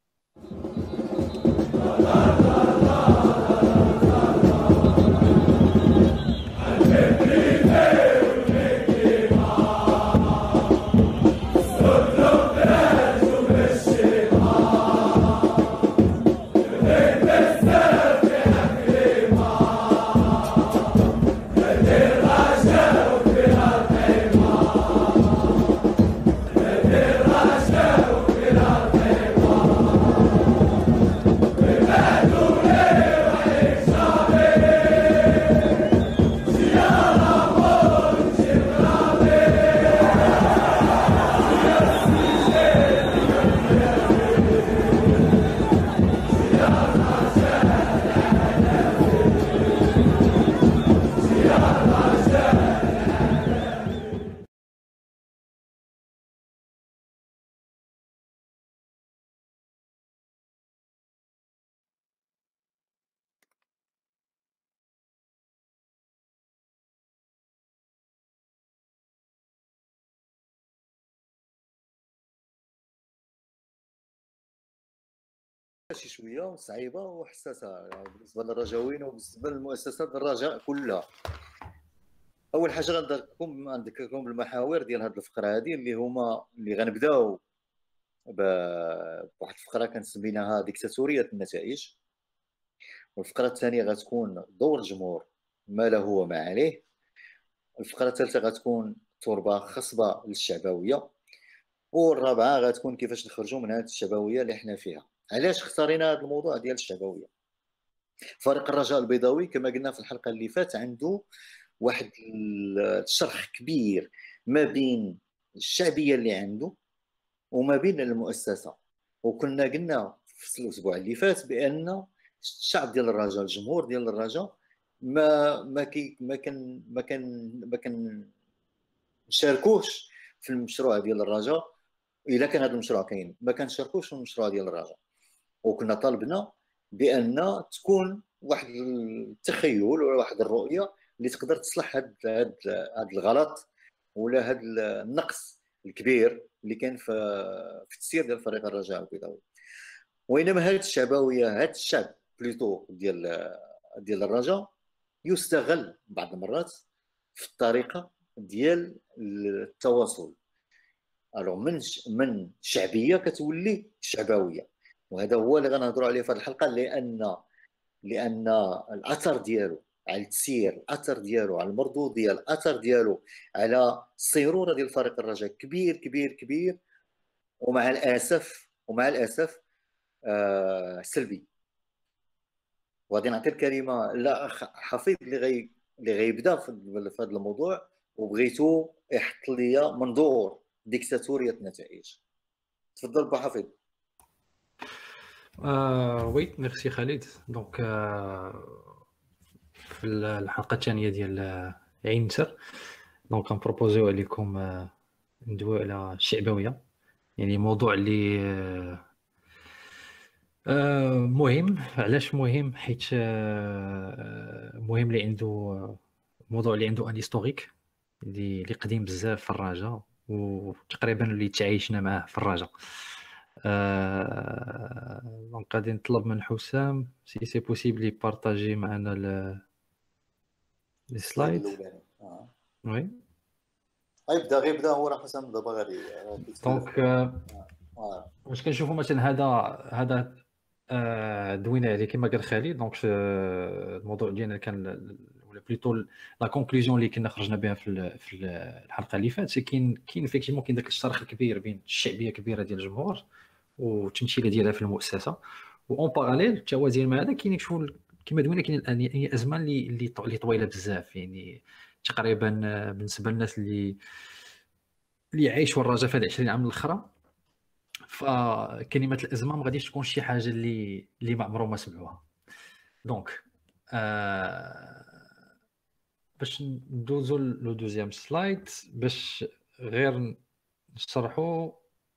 شي شويه صعيبه وحساسه يعني بالنسبه للرجاويين وبالنسبه للمؤسسات الرجاء كلها. اول حاجه غنذكركم غنذكركم بالمحاور ديال هذه الفقره هذه اللي هما اللي غنبداو بواحد الفقره كنسميناها ديكتاتوريه النتائج، والفقره الثانيه غتكون دور الجمهور ما له وما عليه، الفقره الثالثه غتكون تربه خصبه للشعبويه، والرابعه غتكون كيفاش نخرجوا من هذه الشعبويه اللي حنا فيها. علاش اختارينا هذا الموضوع ديال الشعبويه؟ فريق الرجاء البيضاوي كما قلنا في الحلقه اللي فات عنده واحد الشرخ كبير ما بين الشعبيه اللي عنده وما بين المؤسسه. وكنا قلنا في الاسبوع اللي فات بان الشعب ديال الرجاء الجمهور ديال الرجاء ما ما كي ما كان ما كان ما كان نشاركوش في المشروع ديال الرجاء. الا كان هذا المشروع كاين ما كنشاركوش في المشروع ديال الرجاء، وكنا طالبنا بان تكون واحد التخيل ولا واحد الرؤيه اللي تقدر تصلح هذا هذا هذا الغلط ولا هذا النقص الكبير اللي كان في في التسيير ديال فريق الرجاء البيضاوي. وانما هذه الشعبويه هذا الشعب بليتو ديال ديال الرجاء يستغل بعض المرات في الطريقه ديال التواصل. الو من من شعبيه كتولي شعبويه، وهذا هو اللي غنهضروا عليه في هذه الحلقه. لان لان الاثر ديالو على التسيير، الاثر ديالو على المردوديه، الاثر ديالو على الصيروره ديال فريق الرجاء كبير كبير كبير، ومع الاسف ومع الاسف آه سلبي. وغادي نعطي الكلمه لاخ حفيظ اللي غي اللي غيبدا في هذا الموضوع، وبغيتو يحط لي منظور ديكتاتوريه النتائج. تفضل بو حفيظ. آه وي ميرسي خالد. دونك آه في الحلقه الثانيه ديال عين نسر دونك كنبروبوزيو عليكم آه ندويو على الشعبويه. يعني موضوع اللي آه، آه، مهم. علاش مهم؟ حيت آه، مهم اللي عنده آه، موضوع اللي عنده ان هيستوريك اللي اللي قديم بزاف في الرجاء، وتقريبا اللي تعايشنا معاه في الرجاء. آه، دونك غادي نطلب من حسام سي سي بوسيبل يبارطاجي معنا ال- لي السلايد سلايد. الاولاني. اه وي غيبدا غيبدا هو راه حسام دابا غادي راه كيتكلف. دونك آه، اه واش كنشوفوا مثلا هذا هذا آه، دوينا عليه كما قال خالد. دونك آه، الموضوع ديالنا كان ال- ال- ولا بليتو لا كونكلوزيون اللي كنا خرجنا بها في ال- في ال- الحلقه اللي فاتت، سي كاين كاين افيكتيفمون كاين داك الشرخ الكبير بين الشعبيه كبيره ديال الجمهور والتمثيله ديالها في المؤسسه، واون باراليل توازيا مع هذا كاين شغل كما دوينا. كاين الان هي ازمه اللي اللي ط- اللي طويله بزاف، يعني تقريبا آه، بالنسبه للناس اللي اللي عايشوا الرجاء في هذه عشرين عام الاخرى، فكلمه الازمه ما غاديش تكون شي حاجه اللي اللي ما عمرهم ما سمعوها. دونك آه باش ندوزو لو دوزيام سلايد باش غير نشرحوا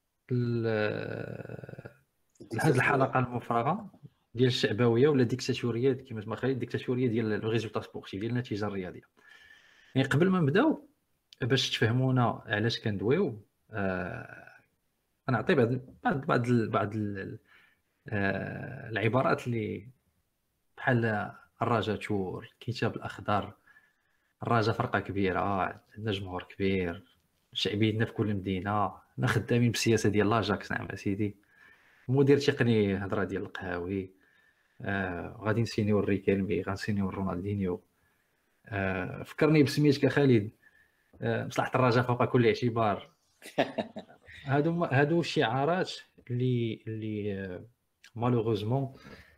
هذه الحلقه المفرغه ديال الشعبويه ولا الديكتاتوريه كما ما خليت الديكتاتوريه ديال لو ريزولطا سبورتيف ديال النتيجه الرياضيه. يعني قبل ما نبداو باش تفهمونا علاش كندويو، آه انا نعطي بعض بعض بعض ال- بعض ال- آه العبارات اللي بحال الرجاء تور، الكتاب الاخضر، الرجاء فرقه كبيره، عندنا جمهور كبير، شعبيتنا في كل مدينه، حنا خدامين بالسياسه ديال لاجاكس. نعم اسيدي، مدير تقني هضره ديال القهاوي، آه غادي نسينيو الريكيلمي، غنسينيو رونالدينيو. آه فكرني بسميتك خالد، آه مصلحه الرجاء فوق كل اعتبار. هادو هادو شعارات اللي اللي آه مالوغوزمون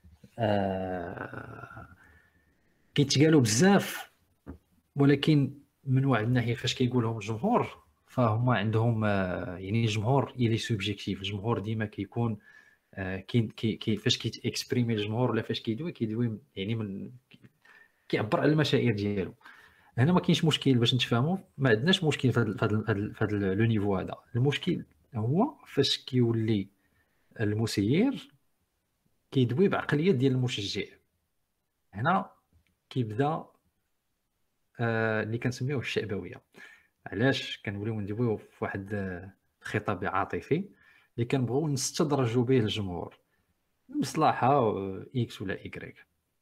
آه كيتقالوا بزاف، ولكن من واحد الناحيه فاش كيقولهم الجمهور فهم عندهم آه، يعني الجمهور الي سوبجيكتيف. الجمهور ديما كيكون آه، كي كي كي فاش كيتكسبريمي الجمهور ولا فاش كيدوي كيدوي يعني من كيعبر على المشاعر ديالو. هنا ما كاينش مشكل باش نتفاهموا، ما عندناش مشكل في هذا في هذا في هذا لو نيفو هذا. المشكل هو فاش كيولي المسير كيدوي بعقليه ديال المشجع. هنا كيبدا آه، اللي كنسميوه الشعبويه. علاش كنوليو ندويو في واحد آه، الخطاب عاطفي اللي كنبغيو نستدرجوا به الجمهور بمصلحه آه، اكس ولا ايكغيك.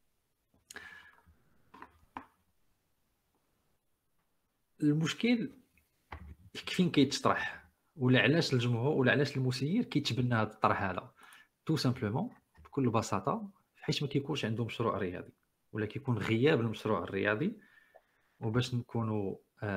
المشكل فين كيتطرح، ولا علاش الجمهور ولا علاش المسير كيتبنى هذا الطرح هذا؟ تو سامبلومون بكل بساطه حيت ما كيكونش عنده مشروع رياضي، ولا كيكون غياب المشروع الرياضي. وباش نكونوا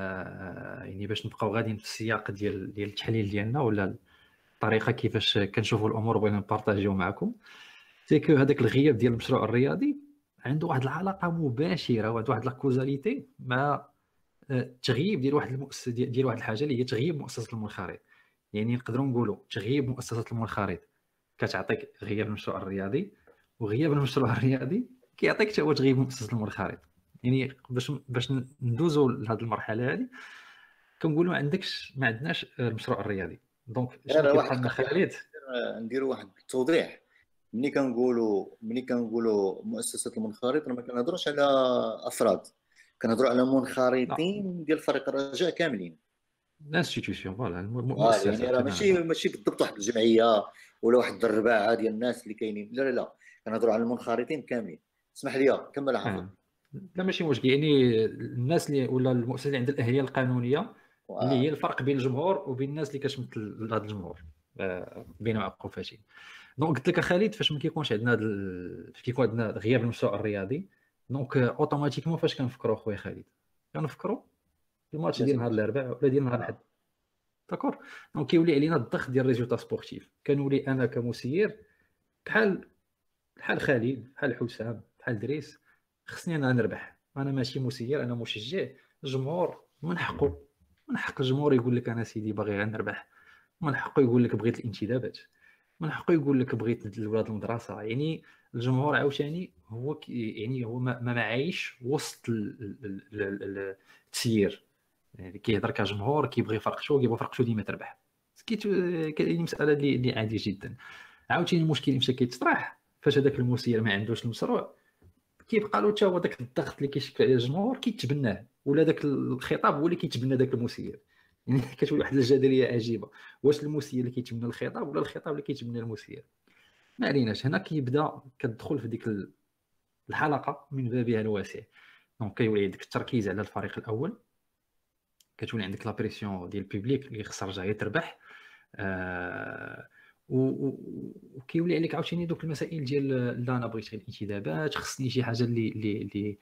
آه يعني باش نبقاو غاديين في السياق ديال ديال التحليل ديالنا ولا الطريقه كيفاش كنشوفوا الامور بغينا نبارطاجيو معكم، سي كو هذاك الغياب ديال المشروع الرياضي عنده واحد العلاقه مباشره واحد لا كوزاليتي مع التغييب ديال واحد المؤسسه ديال واحد الحاجه اللي هي تغييب مؤسسه المنخرط. يعني نقدروا نقولوا تغييب مؤسسه المنخرط كتعطيك غياب المشروع الرياضي، وغياب المشروع الرياضي كيعطيك حتى هو تغييب مؤسسه المنخرط. يعني باش باش ندوزوا لهذه المرحله هذه كنقولوا ما عندكش ما عندناش المشروع الرياضي. دونك شنو كيبقى لنا خالد؟ نديروا واحد التوضيح. ملي كنقولوا ملي كنقولوا مؤسسه المنخرط ما كنهضروش على افراد، كنهضروا على منخرطين ديال فريق الرجاء كاملين. الانستيتيوشن فوالا آه المؤسسه. يعني راه ماشي ماشي بالضبط واحد الجمعيه ولا واحد الرباعه ديال الناس اللي كاينين، لا لا لا، كنهضروا على المنخرطين كاملين. اسمح لي كمل حافظ. آه. لا ماشي مشكل، يعني الناس اللي ولا المؤسسه اللي عندها الاهليه القانونيه و... اللي هي الفرق بين الجمهور وبين الناس اللي كتمثل هذا الجمهور آه بين معقوفتين. دونك قلت لك خالد فاش ما كيكونش عندنا هذا ال... فاش كيكون عندنا غياب المشروع الرياضي، دونك اوتوماتيكمون فاش كنفكروا خويا خالد كنفكروا الماتش ديال نهار الاربعاء ولا ديال نهار الاحد. داكور. دونك كيولي علينا الضغط ديال ريزولتا سبورتيف. كنولي انا كمسير بحال بحال خالد بحال حسام بحال دريس، خصني انا نربح. انا ماشي مسير، انا مشجع. الجمهور من حقه من حق الجمهور يقول لك انا سيدي باغي غير نربح، من حقه يقول لك بغيت الانتدابات، من حقه يقول لك بغيت الولاد المدرسه. يعني الجمهور عاوتاني هو يعني هو ما معايش وسط التسيير، يعني كيهضر كجمهور كيبغي فرقته كيبغي فرقته ديما تربح. كيت كاين مساله اللي اللي عاديه جدا. عاوتاني المشكل مشى كيتطرح فاش هذاك المسير ما عندوش المشروع، كيبقى له حتى هو داك الضغط اللي كيشكل على الجمهور كيتبناه، ولا داك الخطاب هو اللي كيتبنى داك المسير. يعني كتولي واحد الجدليه عجيبه، واش المسير اللي كيتبنى الخطاب ولا الخطاب اللي كيتبنى المسير؟ ما عليناش. هنا كيبدا كتدخل في ديك الحلقه من بابها الواسع. دونك كيولي عندك التركيز على الفريق الاول، كتولي عندك لا بريسيون ديال البوبليك اللي خصها رجع تربح، آه وكيولي عليك عاوتاني دوك المسائل ديال لا انا بغيت غير الانتدابات، خصني شي حاجه اللي اللي اللي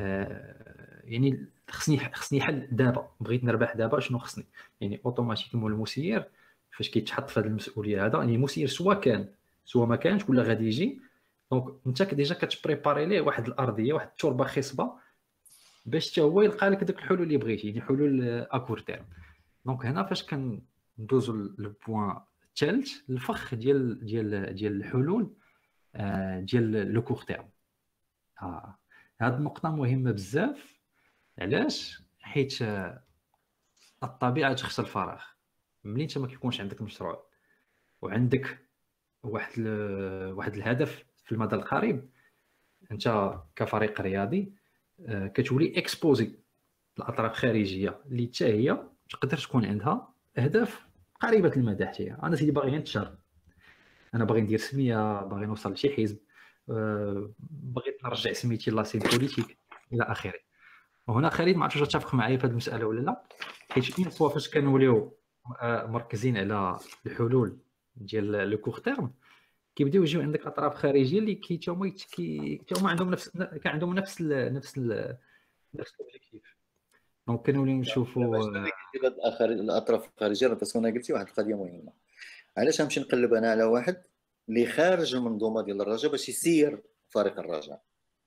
آه يعني خصني خصني حل دابا، بغيت نربح دابا شنو خصني. يعني اوتوماتيكمون المسير فاش كيتحط في هذه المسؤوليه هذا، يعني المسير سواء كان سواء ما كانش ولا غادي يجي، دونك انت ديجا كتبريباري ليه واحد الارضيه، واحد التربه خصبه باش حتى هو يلقى لك داك الحلول اللي بغيتي، يعني حلول اكور تيرم. دونك هنا فاش كندوزو للبوان الثالث، الفخ ديال ديال ديال الحلول آه ديال لو كور تيرم. اه هاد النقطه مهمه بزاف. علاش؟ حيت آه الطبيعه تخشى الفراغ. ملي انت ما كيكونش عندك مشروع وعندك واحد واحد الهدف في المدى القريب، انت كفريق رياضي آه كتولي اكسبوزي لاطراف خارجيه اللي حتى هي تقدر تكون عندها اهداف قريبه المدى. حتى انا سيدي باغي نتشهر، انا باغي ندير سميه، باغي نوصل لشي حزب، أه بغيت نرجع سميتي لاسين بوليتيك الى اخره. وهنا خالد ما عرفتش تتفق معايا في هذه المساله ولا لا، حيت اون فوا فاش كنوليو مركزين على الحلول ديال لو كور تيرم، كيبداو يجيو عندك اطراف خارجيه اللي كي تا هما كي تا هما عندهم نفس كان عندهم نفس ال نفس ال نفس الاوبجيكتيف. دونك كنوليو نشوفوا الاطراف الخارجيه. باسكو انا قلتي واحد القضيه مهمه، علاش غنمشي نقلب انا على واحد اللي خارج المنظومه ديال الرجاء باش يسير فريق الرجاء؟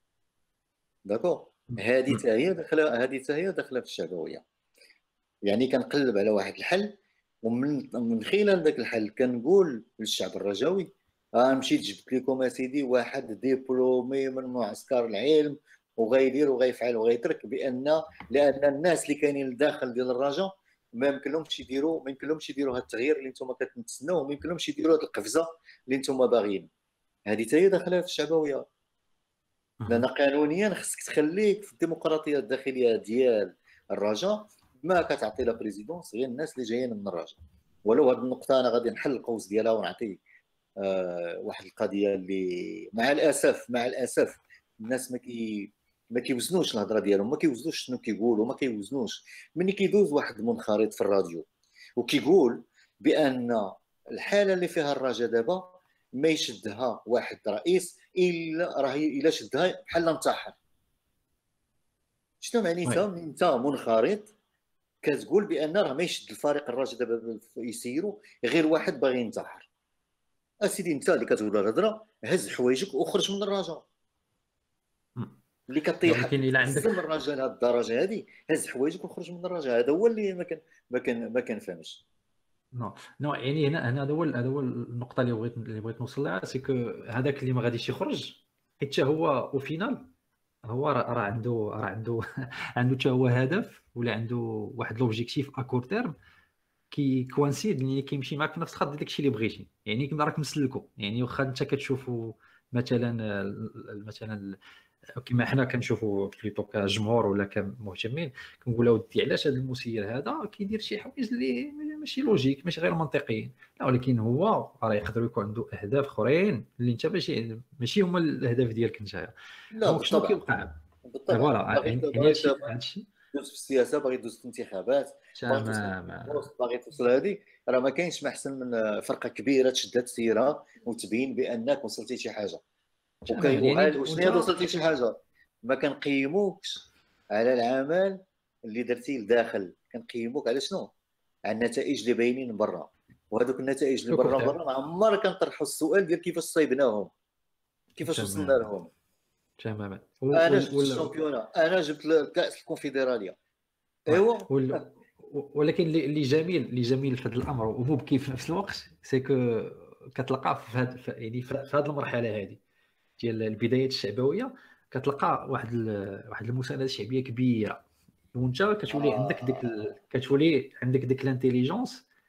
داكو، هذه حتى هي داخله، هذه حتى هي داخله في الشعبويه. يعني كنقلب على واحد الحل، ومن من خلال ذاك الحل كنقول للشعب الرجاوي اه مشيت جبت لكم اسيدي واحد ديبلومي من معسكر العلم وغيدير وغيفعل وغيترك، بان لان الناس اللي كاينين لداخل ديال الرجاء ما يمكن لهمش يديروا ما يمكن لهمش يديروا هذا التغيير اللي نتوما كتنتسناوه، ما يمكن لهمش يديروا هذه القفزه اللي نتوما باغيين. هذه حتى هي داخله في الشعبويه، لان قانونيا خصك تخليك في الديمقراطيه الداخليه ديال الرجاء ما كتعطي لا بريزيدونس غير الناس اللي جايين من الرجاء. ولو هذه النقطه انا غادي نحل القوس ديالها ونعطي آه واحد القضيه اللي مع الاسف مع الاسف الناس ما كي ما كيوزنوش الهضره ديالهم، ما كيوزنوش شنو كيقولوا، ما كيوزنوش. ملي كيدوز واحد المنخرط في الراديو وكيقول بان الحاله اللي فيها الرجاء دابا ما يشدها واحد رئيس الا راه الا شدها بحال انتحر. شنو معنيتها؟ انت منخرط كتقول بان راه ما يشد الفريق الرجاء دابا يسيروا غير واحد باغي ينتحر. اسيدي انت اللي كتقول الهضره هز حوايجك وخرج من الرجاء. اللي كطيح ولكن الا عندك من الرجاء لهاد الدرجه هذه هز حوايجك وخرج من الرجاء. هذا هو اللي ما كان ما كان ما كنفهمش. نو نو يعني هنا هنا هذا هو هذا هو النقطه اللي بغيت اللي بغيت نوصل لها، سي كو هذاك اللي ما غاديش يخرج حيت هو او فينال هو راه عنده راه عنده عنده حتى هو هدف ولا عنده واحد لوبجيكتيف اكور تيرم كي كوانسيد اللي كيمشي معك في نفس الخط داك الشيء اللي بغيتي. يعني كما راك مسلكو، يعني واخا انت كتشوفوا مثلا مثلا كما حنا كنشوفوا بليتو كجمهور ولا كمهتمين كنقول اودي علاش هذا المسير هذا كيدير شي حوايج اللي ماشي لوجيك ماشي غير منطقيين. لا ولكن هو راه يقدر يكون عنده اهداف اخرين اللي انت ماشي ماشي هما الاهداف ديالك انت. دونك شنو كيوقع؟ بالطبع فوالا يعني هادشي هادشي دوز في السياسه، باغي دوز في الانتخابات، تماما باغي توصل هذه، راه ما كاينش ما احسن من فرقه كبيره تشدها تسيرها وتبين بانك وصلتي شي حاجه. وكاين وشنو وصلتي شي حاجه؟ ما كنقيموكش على العمل اللي درتي لداخل، كنقيموك على شنو؟ على النتائج اللي باينين من برا. وهذوك النتائج اللي برا برا ما عمر كنطرحوا السؤال ديال كيفاش صايبناهم، كيفاش وصلنا لهم. تماما. انا جبت الشامبيونه، انا جبت كاس الكونفدراليه. ايوا ولكن اللي جميل اللي جميل في هذا الامر ومبكي في نفس الوقت سي كو كتلقى في هذا يعني في هذه المرحله هذه ديال البدايات الشعبويه كتلقى واحد واحد المسانده شعبيه كبيره، وانت كتولي عندك ديك كتولي عندك ديك الانتيليجونس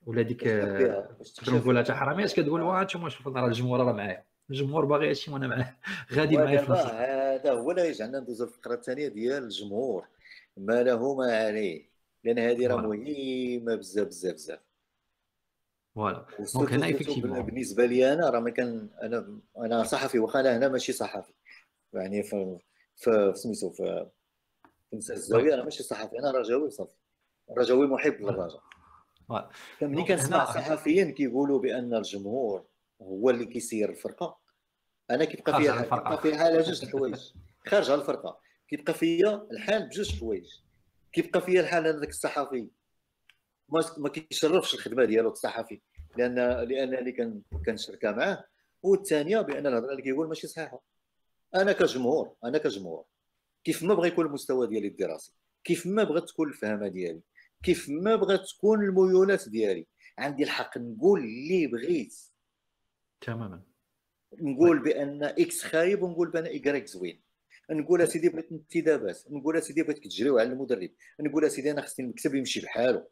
ولا ديك واش تخبيها آه، واش نقدروا نقولها تخشى حتى حراميه، اش كتقول واه نتوما شوفوا راه الجمهور راه معايا، الجمهور باغي هادشي وانا معاه غادي معايا في ودابا نفس الخط. هذا هو اللي يجعلنا ندوزو الفقره الثانيه ديال الجمهور، ما له ما عليه، لان هذه راه فوالا مهمه بزاف بزاف بزاف. فوالا دونك وسورتو هنا سورتو ايفيكتيفمون بالنسبه لي انا راه ما كان انا انا صحفي، واخا انا هنا ماشي صحفي، يعني في في في سميتو في في نساء وي الزاويه انا ماشي صحفي، انا رجاوي صافي، رجاوي محب فوالا للرجاء. فوالا فملي دونك كنسمع هنا صحفيين كيقولوا بان الجمهور هو اللي كيسير الفرقه، انا كيبقى خارج فيا على الحال كيبقى الفرقه. فيا الحال جوج الحوايج خارج على الفرقه، كيبقى فيا الحال بجوج حوايج. كيبقى فيا الحال ان ذاك الصحفي ما ما كيشرفش الخدمه ديالو الصحفي، لان لانني كان كنشركها معاه. والثانيه بان الهضره اللي كيقول ماشي صحيحه. انا كجمهور انا كجمهور كيف ما بغى يكون المستوى ديالي الدراسي، كيف ما بغات تكون الفهمه ديالي، كيف ما بغات تكون الميولات ديالي، عندي الحق نقول اللي بغيت. تماما نقول بان اكس خايب ونقول بان ايكغيك زوين، نقول اسيدي بغيت انتدابات، نقول اسيدي بغيت تجريو على المدرب، نقول اسيدي انا خصني المكتب يمشي بحاله.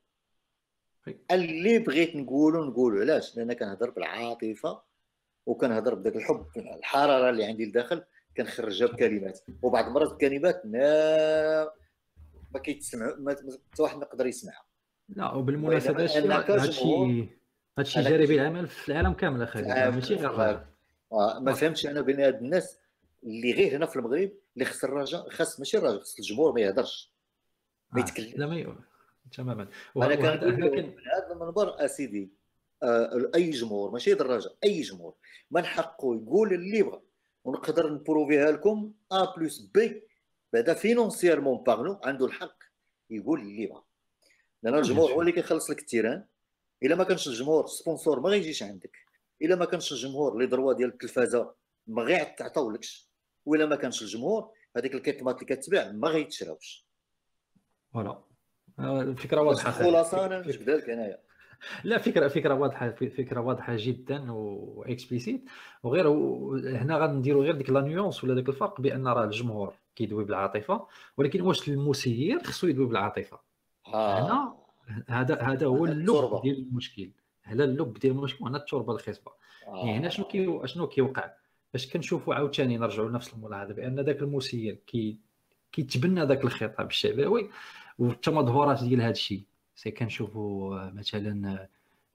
اللي بغيت نقوله نقوله. علاش؟ لان كنهضر بالعاطفه وكنهضر بداك الحب، الحراره اللي عندي لداخل كنخرجها بكلمات، وبعض المرات الكلمات ما ما كيتسمع، ما حتى واحد ما يقدر يسمعها. لا وبالمناسبه وانما هادشي انا هادشي كجمهور هادشي انا جاري به كج... العمل في العالم كامل في اخي، راه العالم ماشي في غير العالم الرجاء. آه ما فهمتش انا بين هاد الناس اللي غير هنا في المغرب اللي خص الرجاء، خاص ماشي الرجاء، خص الجمهور ما يهضرش ما اه لا ما يتكلمش. ي... تماما انا وهذا كنقول هنا لهم كان من هذا المنبر اسيدي، آه اي جمهور ماشي الرجاء، اي جمهور من حقه يقول اللي بغى، ونقدر نبروفيها لكم ا بلس بي بعدا فينونسيرمون بارلو، عنده الحق يقول اللي بغى، لان بيان الجمهور هو سور. اللي كيخلص لك التيران. الا ما كانش الجمهور سبونسور ما غيجيش عندك، الا ما كانش الجمهور لي دروا ديال التلفازه ما غيعطاولكش، والا ما كانش الجمهور هذيك الكيطمات اللي كتباع ما غيتشراوش. فوالا آه، الفكره باش واضحه اخي. الخلاصه انا نجبدها لك انايا. لا فكره فكره واضحه فكره واضحه جدا واكسبليسيت. وغير و- هنا غنديروا غير ديك لا نيونس ولا داك الفرق بان راه الجمهور كيدوي بالعاطفه، ولكن واش المسير خصو يدوي بالعاطفه. ها هنا هذا هذا هو هنا اللب التربه. ديال المشكل. هذا اللب ديال المشكل، هنا التربه الخصبه. يعني هنا شنو آه. كي شنو كيوقع؟ باش كنشوفوا عاوتاني نرجعوا لنفس الملاحظه بان ذاك المسير كي كيتبنى ذاك الخطاب الشعبوي والتمظهرات ديال هذا الشيء. سي كنشوفوا آه، مثلا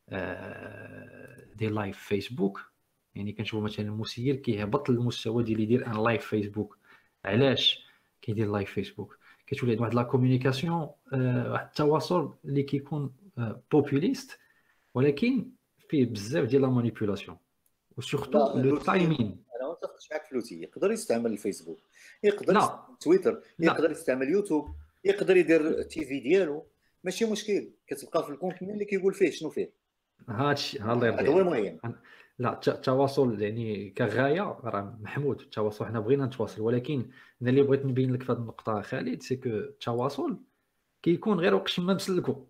آه، ديال لايف فيسبوك. يعني كنشوفوا مثلا المسير كيهبط للمستوى ديال يدير ان لايف فيسبوك. علاش كيدير لايف فيسبوك؟ كتولي واحد لا كومونيكاسيون، واحد التواصل اللي كيكون بوبوليست، ولكن فيه بزاف ديال لا مانيبيولاسيون وسورتو لا لو لوتي تايمين. انا ما متفقش معك في لوتي. يقدر يستعمل الفيسبوك، يقدر لا يستعمل تويتر، يقدر لا يستعمل يوتيوب، يقدر يدير التي في ديالو، ماشي مشكل. كتبقى في الكونتوني اللي كيقول فيه شنو فيه، هادشي ها الله يرضي هذا هو عليك. المهم. لا الت- التواصل يعني كغايه راه محمود. التواصل حنا بغينا نتواصل، ولكن انا اللي بغيت نبين لك في هذه النقطه خالد سي كو التواصل كيكون غير وقت ما مسلكو.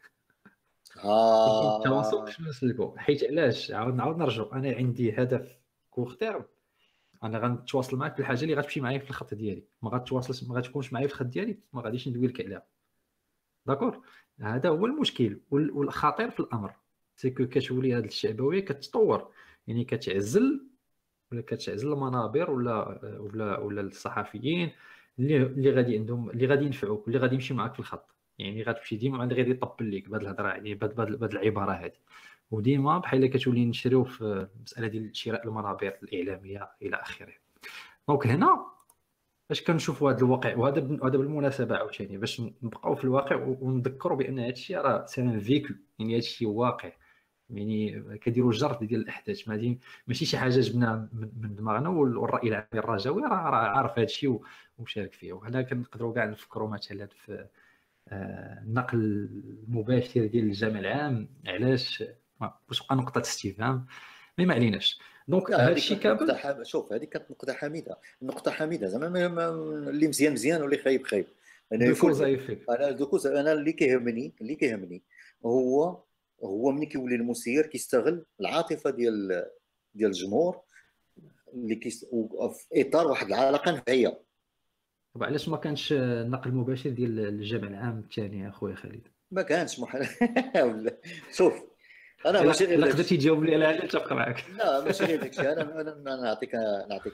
كيكون التواصل ها وقت ما مسلكو. حيت علاش عاود نعاود نرجع، انا عندي هدف كور تيرم. انا غنتواصل معاك في الحاجه اللي غتمشي معايا في الخط ديالي. ما غتواصلش ما غتكونش معايا في الخط ديالي ما غاديش ندوي لك عليها. داكور. هذا هو المشكل وال- والخطير في الامر. سي كو كتولي هذه الشعبويه كتطور، يعني كتعزل ولا كتعزل المنابر ولا ولا ولا الصحفيين اللي اللي غادي عندهم اللي غادي ينفعوك واللي غادي يمشي معاك في الخط. يعني غتمشي ديما عند غادي يطبل ليك بهذه الهضره، يعني بهذه بهذه العباره هذه. وديما بحال كتولي نشريو في المساله ديال شراء المنابر الاعلاميه الى اخره. دونك هنا باش كنشوفوا هذا الواقع، وهذا هذا بالمناسبه عاوتاني باش نبقاو في الواقع ونذكروا بان هذا الشيء راه سي ان فيكو، يعني هذا الشيء واقع. يعني كديروا جرد ديال الاحداث، ماشي ماشي شي حاجه جبناها من من دماغنا. والراي العام الرجاوي راه راه عارف هذا الشيء ومشارك فيه. وهنا كنقدروا كاع نفكروا مثلا في آه، النقل المباشر ديال الجامع العام. علاش؟ واش بقى نقطه استفهام. مي ما عليناش. دونك لا هذا هذيك الشيء كانت نقطة كامل. حامدة. شوف هذيك كانت نقطة حميدة، نقطة حميدة زعما ما- ما- اللي مزيان مزيان واللي خايب خايب. انا دو يفوت كوز اي فيك. انا دوكوز انا اللي كيهمني اللي كيهمني هو هو ملي كيولي المسير كيستغل العاطفة ديال ديال الجمهور اللي كيس في اطار واحد العلاقة نفعية. طب علاش ما كانش النقل المباشر ديال الجامع العام الثاني اخويا خالد؟ ما كانش محل ولا- شوف انا ماشي غير الا داكشي. قدرتي تجاوب لي على هذا نتفق معك. لا ماشي غير داكشي، انا انا أنا نعطيك نعطيك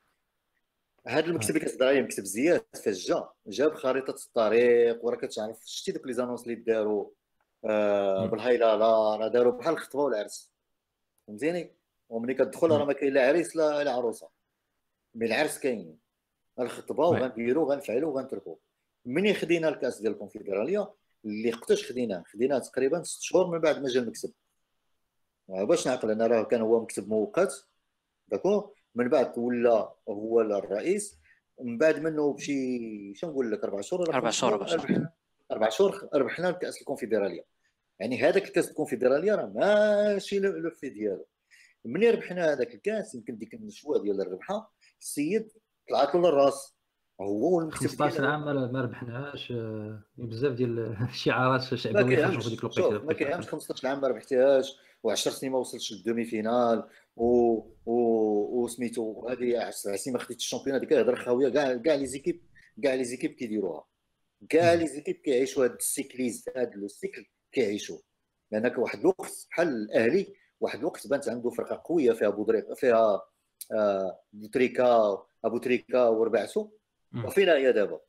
هذا المكتب اللي كتهضر عليه مكتب زياد فجا جاب خريطه الطريق، وراه كتعرف شتي دوك لي زانونس اللي داروا آه مم. بالهيلاله، راه داروا بحال الخطبه والعرس فهمتيني. وملي كتدخل راه مم. ما كاين لا عريس لا لا عروسه، مي العرس كاين، الخطبه وي. وغنديروا وغنفعلوا وغنتركوا. منين خدينا الكاس ديال الكونفدراليه اللي وقتاش خديناه خديناه تقريبا ست شهور من بعد ما جا المكتب. آه، باش نعقل انا راه كان هو مكتب مؤقت داكور، من بعد ولا هو الرئيس، من بعد منه بشي شنو نقول لك اربع شهور ولا أربع خمس شهور شهور أربع شهور ربحنا اربع شهور ربحنا الكاس الكونفدراليه. يعني هذاك الكاس الكونفدراليه راه ماشي لو في ديالو. ملي ربحنا هذاك الكاس يمكن ديك النشوه ديال الربحه السيد طلعت له للراس هو والمكتب خمسطاش ديالو. عام ما ما ربحناش، آه، بزاف ديال الشعارات ما شعبويه خرجوا في كيهمش، ديك الوقيته شوف ما لقيت كيهمش عقلت. خمسطاش عام ما ربحتيهاش، و10 سنين ما وصلتش للدومي فينال، و و وسميتو هذه عشر سنين ما خديتش الشامبيون. هذيك هضره خاويه. كاع كاع لي زيكيب كاع لي زيكيب كيديروها، كاع لي زيكيب كيعيشوا هذا السيكليز، هذا لو سيكل كيعيشوا. لانك واحد الوقت بحال الاهلي واحد الوقت بانت عنده فرقه قويه فيها بودريق فيها آه بوتريكا ابو تريكا وربعسو، مم. وفينا هي دابا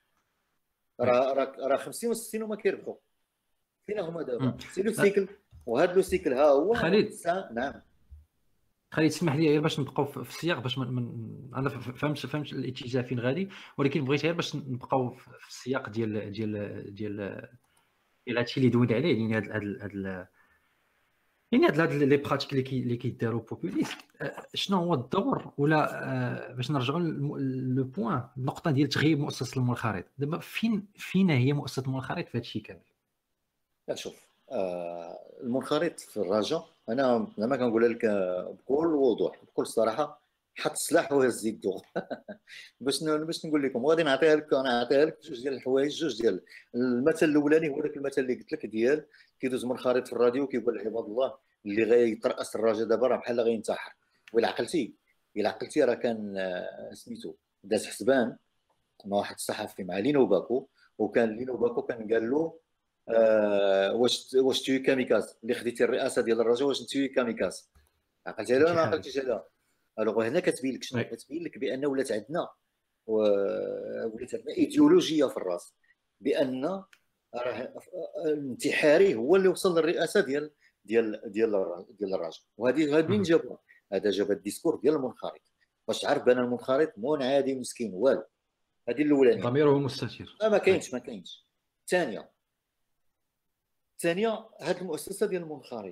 وي. راه راه راه خمسين و60 وما كيربحوا. فينا هما مم. دابا سي لو آه، سيكل. وهذا لو سيكل ها هو واحد خالد الساعه. نعم خالد تسمح لي غير باش نبقاو في في السياق، باش من, من انا ف- فهمت فهمت الاتجاه فين غادي، ولكن بغيت غير باش نبقاو في في السياق ديال ديال ديال ديال هادشي اللي دويت عليه، يعني هاد هاد هاد يعني هاد هاد لي براتيك اللي كي اللي كيداروا بوبوليست. آه، شنو هو الدور ولا آه، باش نرجعوا لو بوين النقطه ديال تغييب مؤسسه المنخرط. دابا فين فين هي مؤسسه المنخرط في هادشي كامل؟ لا شوف آه المنخرط في الرجاء انا زعما كنقول لك آه، بكل وضوح بكل صراحه، حط السلاح وهز يدو باش ن- باش نقول لكم. وغادي نعطيها لك نعطيها لك جوج ديال الحوايج جوج ديال المثل الاولاني هو ذاك المثل اللي قلت لك ديال كيدوز منخرط في الراديو كيقول عباد الله اللي غيترأس الرجاء دابا راه بحال غينتحر. وإلا عقلتي إلا عقلتي راه كان آه، سميتو داز حسبان مع واحد الصحفي مع لينو باكو، وكان لينو باكو كان قال له آه واش واش تي كاميكاز اللي خديتي الرئاسه ديال الرجاء واش انت كاميكاز. عقلتي عليها ولا ما عقلتيش عليها؟ الوغ هنا كتبين لك شنو؟ وي. كتبين لك بان ولات عندنا ولات عندنا ايديولوجيه في الراس بان راه الانتحاري هو اللي وصل للرئاسه ديال ديال ديال ديال الرجاء. وهذه هذه منين جابوها؟ هذا جاب الديسكور ديال المنخرط باش تعرف بان المنخرط منعدي مسكين والو. هذه الاولانيه. ضميره مستتر. ما وي. كاينش ما كاينش. الثانيه الثانيه هذه المؤسسه ديال المنخرط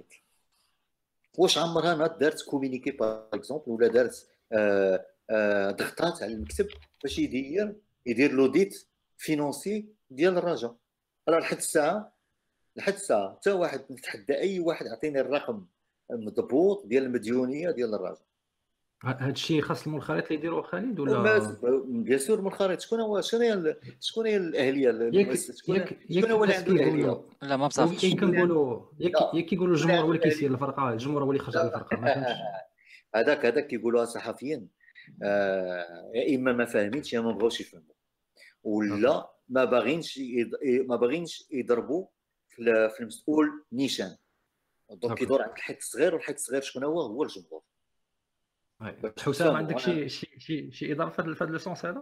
واش عمرها ما دارت كومينيكي باغ اكزومبل ولا دارت آه آه ضغطات على المكتب باش يدير يدير لوديت فينونسي ديال الرجاء؟ راه لحد الساعه لحد الساعه حتى واحد نتحدى اي واحد يعطيني الرقم مضبوط ديال المديونيه ديال الرجاء. هاد الشيء خاص المنخرط اللي يديروه خالد وما ولا بيان سور منخرط شكون هو شكون هي شكون هي الاهليه ياك المؤسسه شكون ياك شكون ياك هو اللي الناس عنده الاهليه؟ كيقولوا لا ما ولكن متفقش. كنقولوا ياك لا ياك كيقولوا شكون اللي الجمهور هو عنده اللي كيسير الاهليه؟ الفرقه، الجمهور هو اللي يخرج على الفرقه، ما فهمتش. هذاك هذاك كيقولوها الصحفيين آه يا اما ما فاهمينش يا ما بغاوش يفهموا، اوكي. ولا ما باغينش يض... ما باغينش يضربوا في ال- في المسؤول نيشان. دونك اوكي. كيدور عند الحيط الصغير، والحيط الصغير شكون هو؟ هو الجمهور. وي. باش حسام تفهموا عندك انا شي شي شي شي اضافه في هذا في هذا لو سونس هذا؟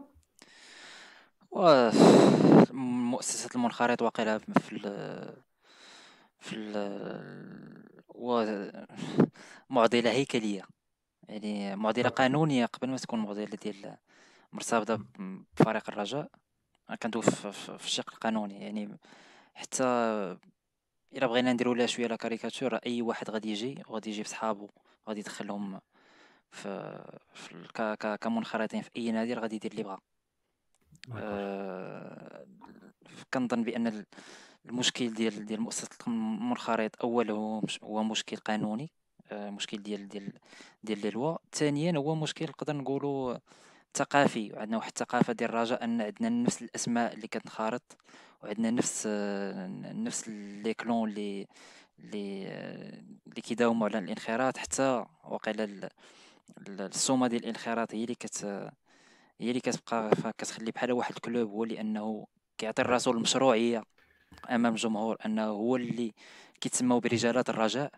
و مؤسسة المنخرط واقيلا في ال في ال و معضلة هيكلية، يعني معضلة اوكي. قانونية قبل ما تكون معضلة ديال مرتبطة بفريق الرجاء. كندوي في في- في الشق القانوني، يعني حتى الا بغينا نديرو لها شويه لا كاريكاتور، اي واحد غادي يجي وغادي يجيب صحابو غادي يدخلهم في, في ال- ك- ك- كمنخرطين في اي نادي، راه غادي يدير اللي بغا. داكور. أه كنظن بان ال- المشكل ديال ديال مؤسسة المنخرط اول هو مش هو مشكل قانوني، أه مشكل ديال ديال ديال لي لوا. ثانيا هو مشكل نقدر نقولوا ثقافي، وعندنا واحد الثقافة ديال الرجاء ان عندنا نفس الاسماء اللي كتنخرط، وعندنا نفس آه، نفس لي كلون اللي اللي آه، اللي كيداوموا على الانخراط. حتى وقيلا ال- ال- السومه ديال الانخراط هي اللي كت هي اللي كتبقى ف- كتخلي بحال واحد الكلوب هو لانه كيعطي راسو المشروعيه امام الجمهور انه هو اللي كيتسموا برجالات الرجاء.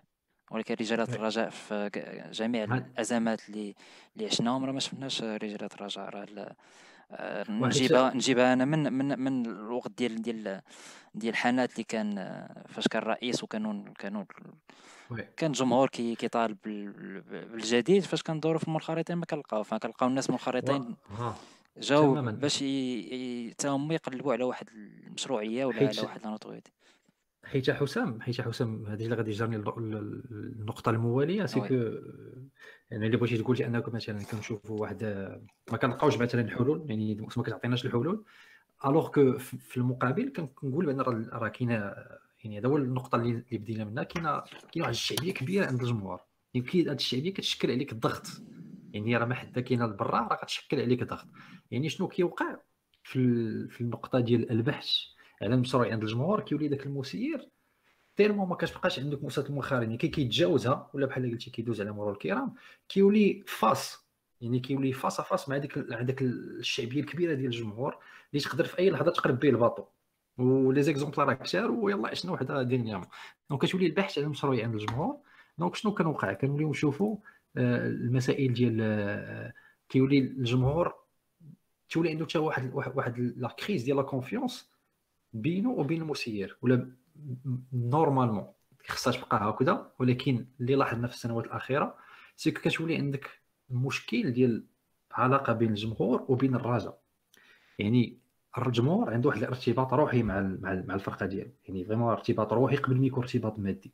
ولكن رجالات وي. الرجاء في ك- جميع هاد- الازمات اللي اللي عشناهم راه ما شفناش رجالات الرجاء. راه ال- آه، واحد الشيء نجيبها نجيبها انا من من من الوقت ديال ديال ديال الحانات اللي كان، آه، فاش كان رئيس وكانوا كانوا وي. كان الجمهور كي كيطالب بال- بالجديد. فاش كندوروا في المنخرطين ما كنلقاو، فكنلقاو الناس و... منخرطين ها جاو تماما. باش ي- ي- تا هما يقلبوا على واحد المشروعيه ولا حيت على واحد لانوطويتي. حيت حسام حيت حسام هذه اللي غادي يجرني الل- الل- النقطه المواليه سي وي كو يعني اللي بغيتي تقول انكم مثلا كنشوفوا واحد ما كنلقاوش مثلا الحلول، يعني ما كتعطيناش الحلول، الوغ كو في المقابل كنقول بان راه راه كاينه، يعني هذا هو النقطه اللي اللي بدينا منها. كاينه كاينه واحد الشعبيه كبيره عند الجمهور، يعني كاين هذه الشعبيه كتشكل عليك الضغط، يعني راه ما حدا كاينه لبرا راه كتشكل عليك الضغط. يعني شنو كيوقع في ال- في النقطه ديال البحث على المشروع عند الجمهور، كيولي داك المسير تيرمون ما كتبقاش عندك موسى المؤخرين، يعني كي كيتجاوزها ولا بحال قلتي كيدوز على مرور الكرام، كيولي فاس، يعني كيولي فاس فاس مع ديك مع داك الشعبيه الكبيره ديال الجمهور اللي تقدر في اي لحظه تقرب به الباطو. ولي زيكزومبل راه كثار، ويلا عشنا وحده ديرنيامون. دونك كتولي البحث على المشروع عند الجمهور. دونك شنو كنوقع؟ كنوليو نشوفوا آه، المسائل ديال آه، كيولي الجمهور تولي عنده حتى واحد واحد واحد لا كريز ديال لا كونفيونس بينه وبين المسير، ولا نورمالمون خصها تبقى هكذا. ولكن اللي لاحظنا في السنوات الاخيره سي كتولي عندك مشكل ديال علاقه بين الجمهور وبين الرجاء. يعني الجمهور عنده واحد الارتباط روحي مع مع مع الفرقه ديالو، يعني فريمون ارتباط روحي قبل ما يكون ارتباط مادي.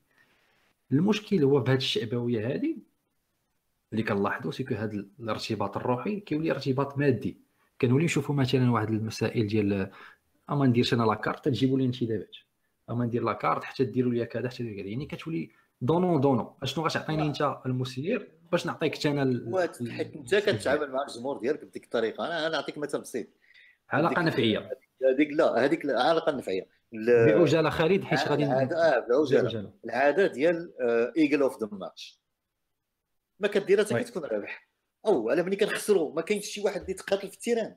المشكل هو في هذه الشعبويه هذه اللي كنلاحظوا سي كو هذا الارتباط الروحي كيولي ارتباط مادي. كنولي نشوفوا مثلا واحد المسائل ديال اما نديرش انا لاكارت تجيبوا لي انتدابات، اما ندير لاكارت حتى ديروا لي كذا حتى ديروا كذا، يعني كتولي دونون دونون. اشنو غتعطيني انت المسير باش نعطيك حتى انا حيت انت كتعامل مع الجمهور ديالك بديك الطريقه. انا نعطيك مثال بسيط. علاقه نفعيه هذيك لا هذيك العلاقه النفعيه بعجاله خالد، حيت غادي العاده اه بعجاله العاده ديال ايجل اوف ذا ماتش ما كديرها حتى كتكون رابح، او على ملي كنخسروا ما كاينش شي واحد اللي يتقاتل في التيران.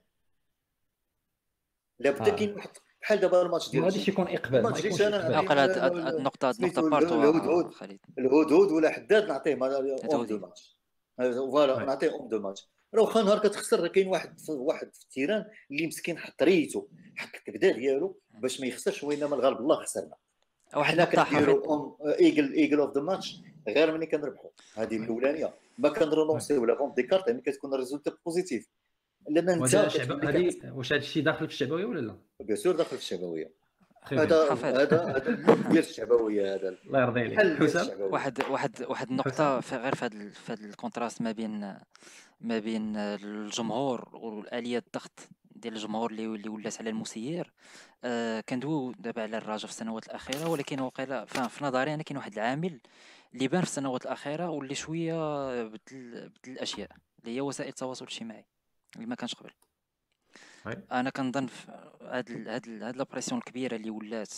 لابد كاين واحد بحال دابا الماتش ديال ما غاديش يكون اقبال، ما يكونش انا عقل هاد هاد النقطه هاد النقطه بارتو الهدهد خالد الهدهد ولا حداد نعطيه اون دو ماتش، فوالا نعطيه اون دو ماتش. راه واخا نهار كتخسر راه كاين واحد واحد في التيران اللي مسكين حط ريتو حط الكبده ديالو باش ما يخسرش، وانما الغالب الله خسرنا. واحد النقطه كنديروا ايجل ايجل اوف ذا ماتش غير ملي كنربحوا. هذه الاولانيه ما كنرونونسيو ولا فون دي كارت يعني كتكون الريزولت بوزيتيف. لان انت هذه واش هذا الشيء داخل في الشعبويه ولا لا؟ بيان سور داخل في الشعبويه. هذا هذا هذا اللب ديال الشعبويه. هذا الله يرضي عليك حسام. واحد واحد واحد النقطه غير في هذا في هذا الكونتراست ما بين ما بين الجمهور والاليه الضغط ديال الجمهور اللي اللي ولات على المسير. آه كندويو دابا على الرجاء في السنوات الاخيره، ولكن وقيلا في نظري انا كاين واحد العامل اللي بان في السنوات الاخيره واللي شويه بدل بدل الاشياء، اللي هي وسائل التواصل الاجتماعي اللي ما كانش قبل. انا كنظن هاد هاد هاد لابريسيون الكبيره اللي ولات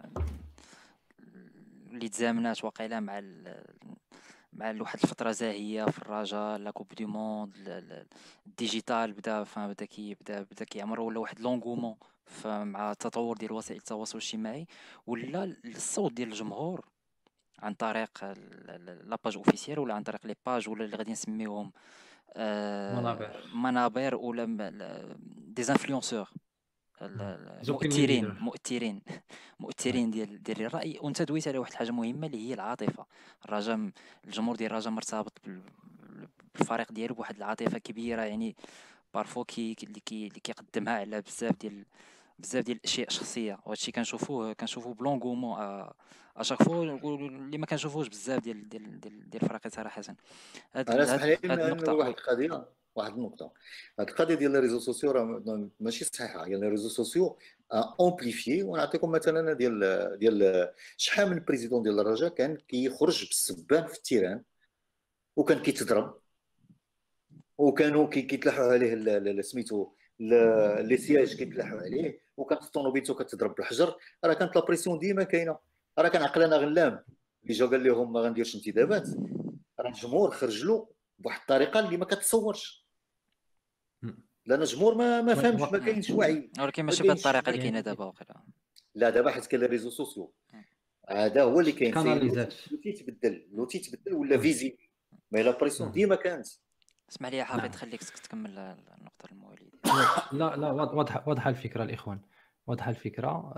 اللي تزامنات واقيلا مع مع واحد الفتره زاهيه في الرجاء، لا كوب دو موند، الديجيتال بدا بدا كي بدا بدا كيعمر، ولا واحد لونغومون مع التطور ديال وسائل التواصل الاجتماعي، ولا الصوت ديال الجمهور عن طريق لاباج اوفيسيال ولا عن طريق لي باج ولا اللي غادي نسميوهم منابر منابر ولا دي انفلونسور مؤثرين مؤثرين مؤثرين ديال ديال الراي. وانت دويت على واحد الحاجه مهمه اللي هي العاطفه. الرجاء الجمهور ديال الرجاء مرتبط بالفريق ديالو بواحد العاطفه كبيره، يعني بارفو كي اللي كي اللي كيقدمها على بزاف ديال بزاف ديال الاشياء شخصيه، وهادشي كنشوفوه كنشوفوه بلونغومون اشاك فوا اللي ما كنشوفوش بزاف ديال ديال ديال, ديال الفرق صراحه. هاد هاد النقطه واحد القضيه واحد النقطه هاد القضيه ديال لي ريزو سوسيو راه ماشي صحيحه. يعني لي ريزو سوسيو امبليفي. ونعطيكم مثلا ديال ديال شحال من بريزيدون ديال الرجاء كان كيخرج بالسبان في التيران وكان كيتضرب وكانوا كيتلاحوا عليه سميتو لي سياج كيتلاحوا عليه، وكانت الطوموبيلتو كتضرب بالحجر. راه كانت لابريسيون ديما كاينه. راه كان عقلنا غلام اللي جا قال لهم ما غنديرش انتدابات، راه الجمهور خرج له بواحد الطريقه اللي ما كتصورش، لان الجمهور ما ما فهمش، ما كاينش وعي. ولكن ماشي بهذه الطريقه اللي كاينه دابا واقيلا. لا دابا حيت كاين لي ريزو سوسيو هذا هو اللي كاين. كاناليزات لو تيتبدل لو تيتبدل ولا فيزي، مي لا بريسيون ديما كانت. اسمح لي يا حفيظ، نعم. خليك تكمل النقطه المواليه. لا لا واضحه واضحه الفكره الاخوان، واضحه الفكره.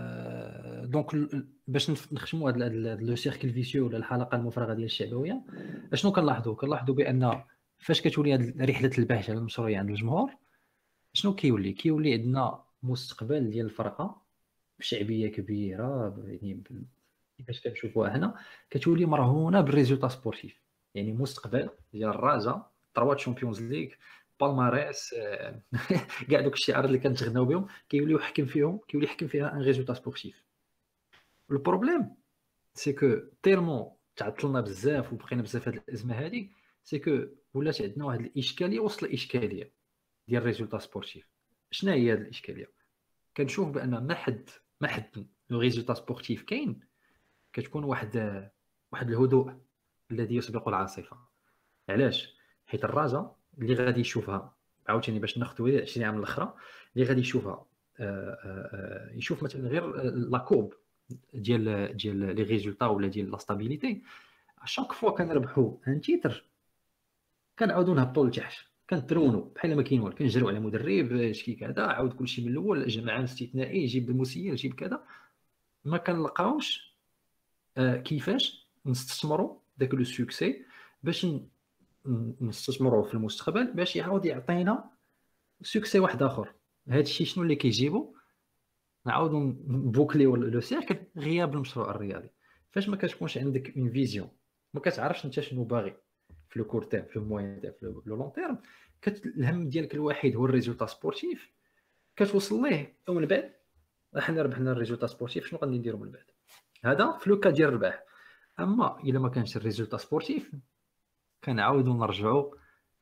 أه دونك ال- باش نف- نختموا هذا لو سيركل فيسيو ولا الحلقه المفرغه ديال الشعبويه، اشنو كنلاحظوا؟ كنلاحظوا بان فاش كتولي هاد رحله البحث على المشروع عند الجمهور، شنو كيولي؟ كيولي عندنا مستقبل ديال الفرقه بشعبيه كبيره، يعني بال- كيفاش كنشوفوها هنا، كتولي مرهونه بالريزولتا سبورتيف. يعني مستقبل ديال الرجاء، تروا تشامبيونز ليغ، بالماريس، آه، كاع دوك الشعارات اللي كنتغناو بهم كيوليو يحكم فيهم، كيولي يحكم فيها ان ريزولتا سبورتيف. البروبليم سي كو تيرمون تعطلنا بزاف وبقينا بزاف هاد الازمه هادي، سي كو ولات عندنا واحد الاشكاليه وسط الاشكاليه ديال ريزولتا سبورتيف. شنو هي هاد الاشكاليه؟ كنشوف بان ما حد ما حد لو ريزولتا سبورتيف كاين، كتكون واحد واحد الهدوء الذي يسبق العاصفه. علاش؟ حيت الرجاء اللي غادي يشوفها عاوتاني باش ناخذوا عشرين عام الاخرى، اللي غادي يشوفها آه، آه، يشوف مثلا غير لا كورب ديال ديال لي ريزولتا ولا ديال لا ستابيليتي. شاك فوا كنربحوا ان تيتر كنعاودوا نهبطوا لتحت، كنترونوا بحال ما كاين والو، كنجروا على مدرب شكي كذا، عاود كلشي من الاول، جمع استثنائي، جيب المسير، جيب كذا. ما كنلقاوش آه، كيفاش نستثمروا داك لو سوكسي باش ن- نستثمروا في المستقبل باش يعاود يعطينا سوكسي واحد اخر. هذا الشيء شنو اللي كيجيبو؟ نعاودوا نبوكليو لو سيركل، غياب المشروع الرياضي. فاش ما كتكونش عندك اون فيزيون، ما كتعرفش انت شنو باغي في لو كور تيرم، في الموين تيرم، في لو لون تيرم، كت... الهم ديالك الوحيد هو الريزولتا سبورتيف، كتوصل ليه ومن بعد حنا ربحنا الريزولتا سبورتيف، شنو غادي نديرو من بعد؟ هذا في لو كا ديال الربح. اما الا ما كانش الريزولتا سبورتيف كنعاودوا نرجعوا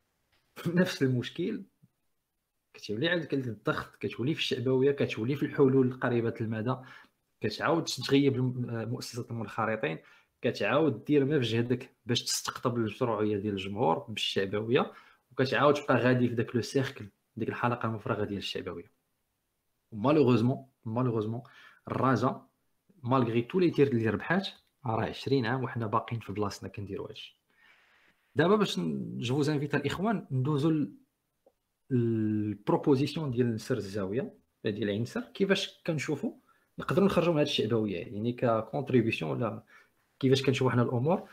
نفس المشكل. كتولي عندك الضغط، كتولي في الشعبويه، كتولي في الحلول قريبه المدى، كتعاود تغيب المؤسسات المنخرطين، كتعاود دير ما في جهدك باش تستقطب المشروعيه ديال الجمهور بالشعبويه، وكتعاود تبقى غادي في داك لو سيركل، ديك الحلقه المفرغه ديال الشعبويه. مالوغوزمون مالوغوزمون الرجاء مالغري تو لي تير اللي ربحات راه عشرين عام وحنا باقيين في بلاصتنا كنديروا هادشي. دابا باش جو انفيتا الاخوان ندوزو البروبوزيسيون ديال نسر الزاويه ديال عين نسر، كيفاش كنشوفوا نقدروا نخرجوا من هذه الشعبويه، يعني ككونتريبيسيون ولا كيفاش كنشوفوا حنا الامور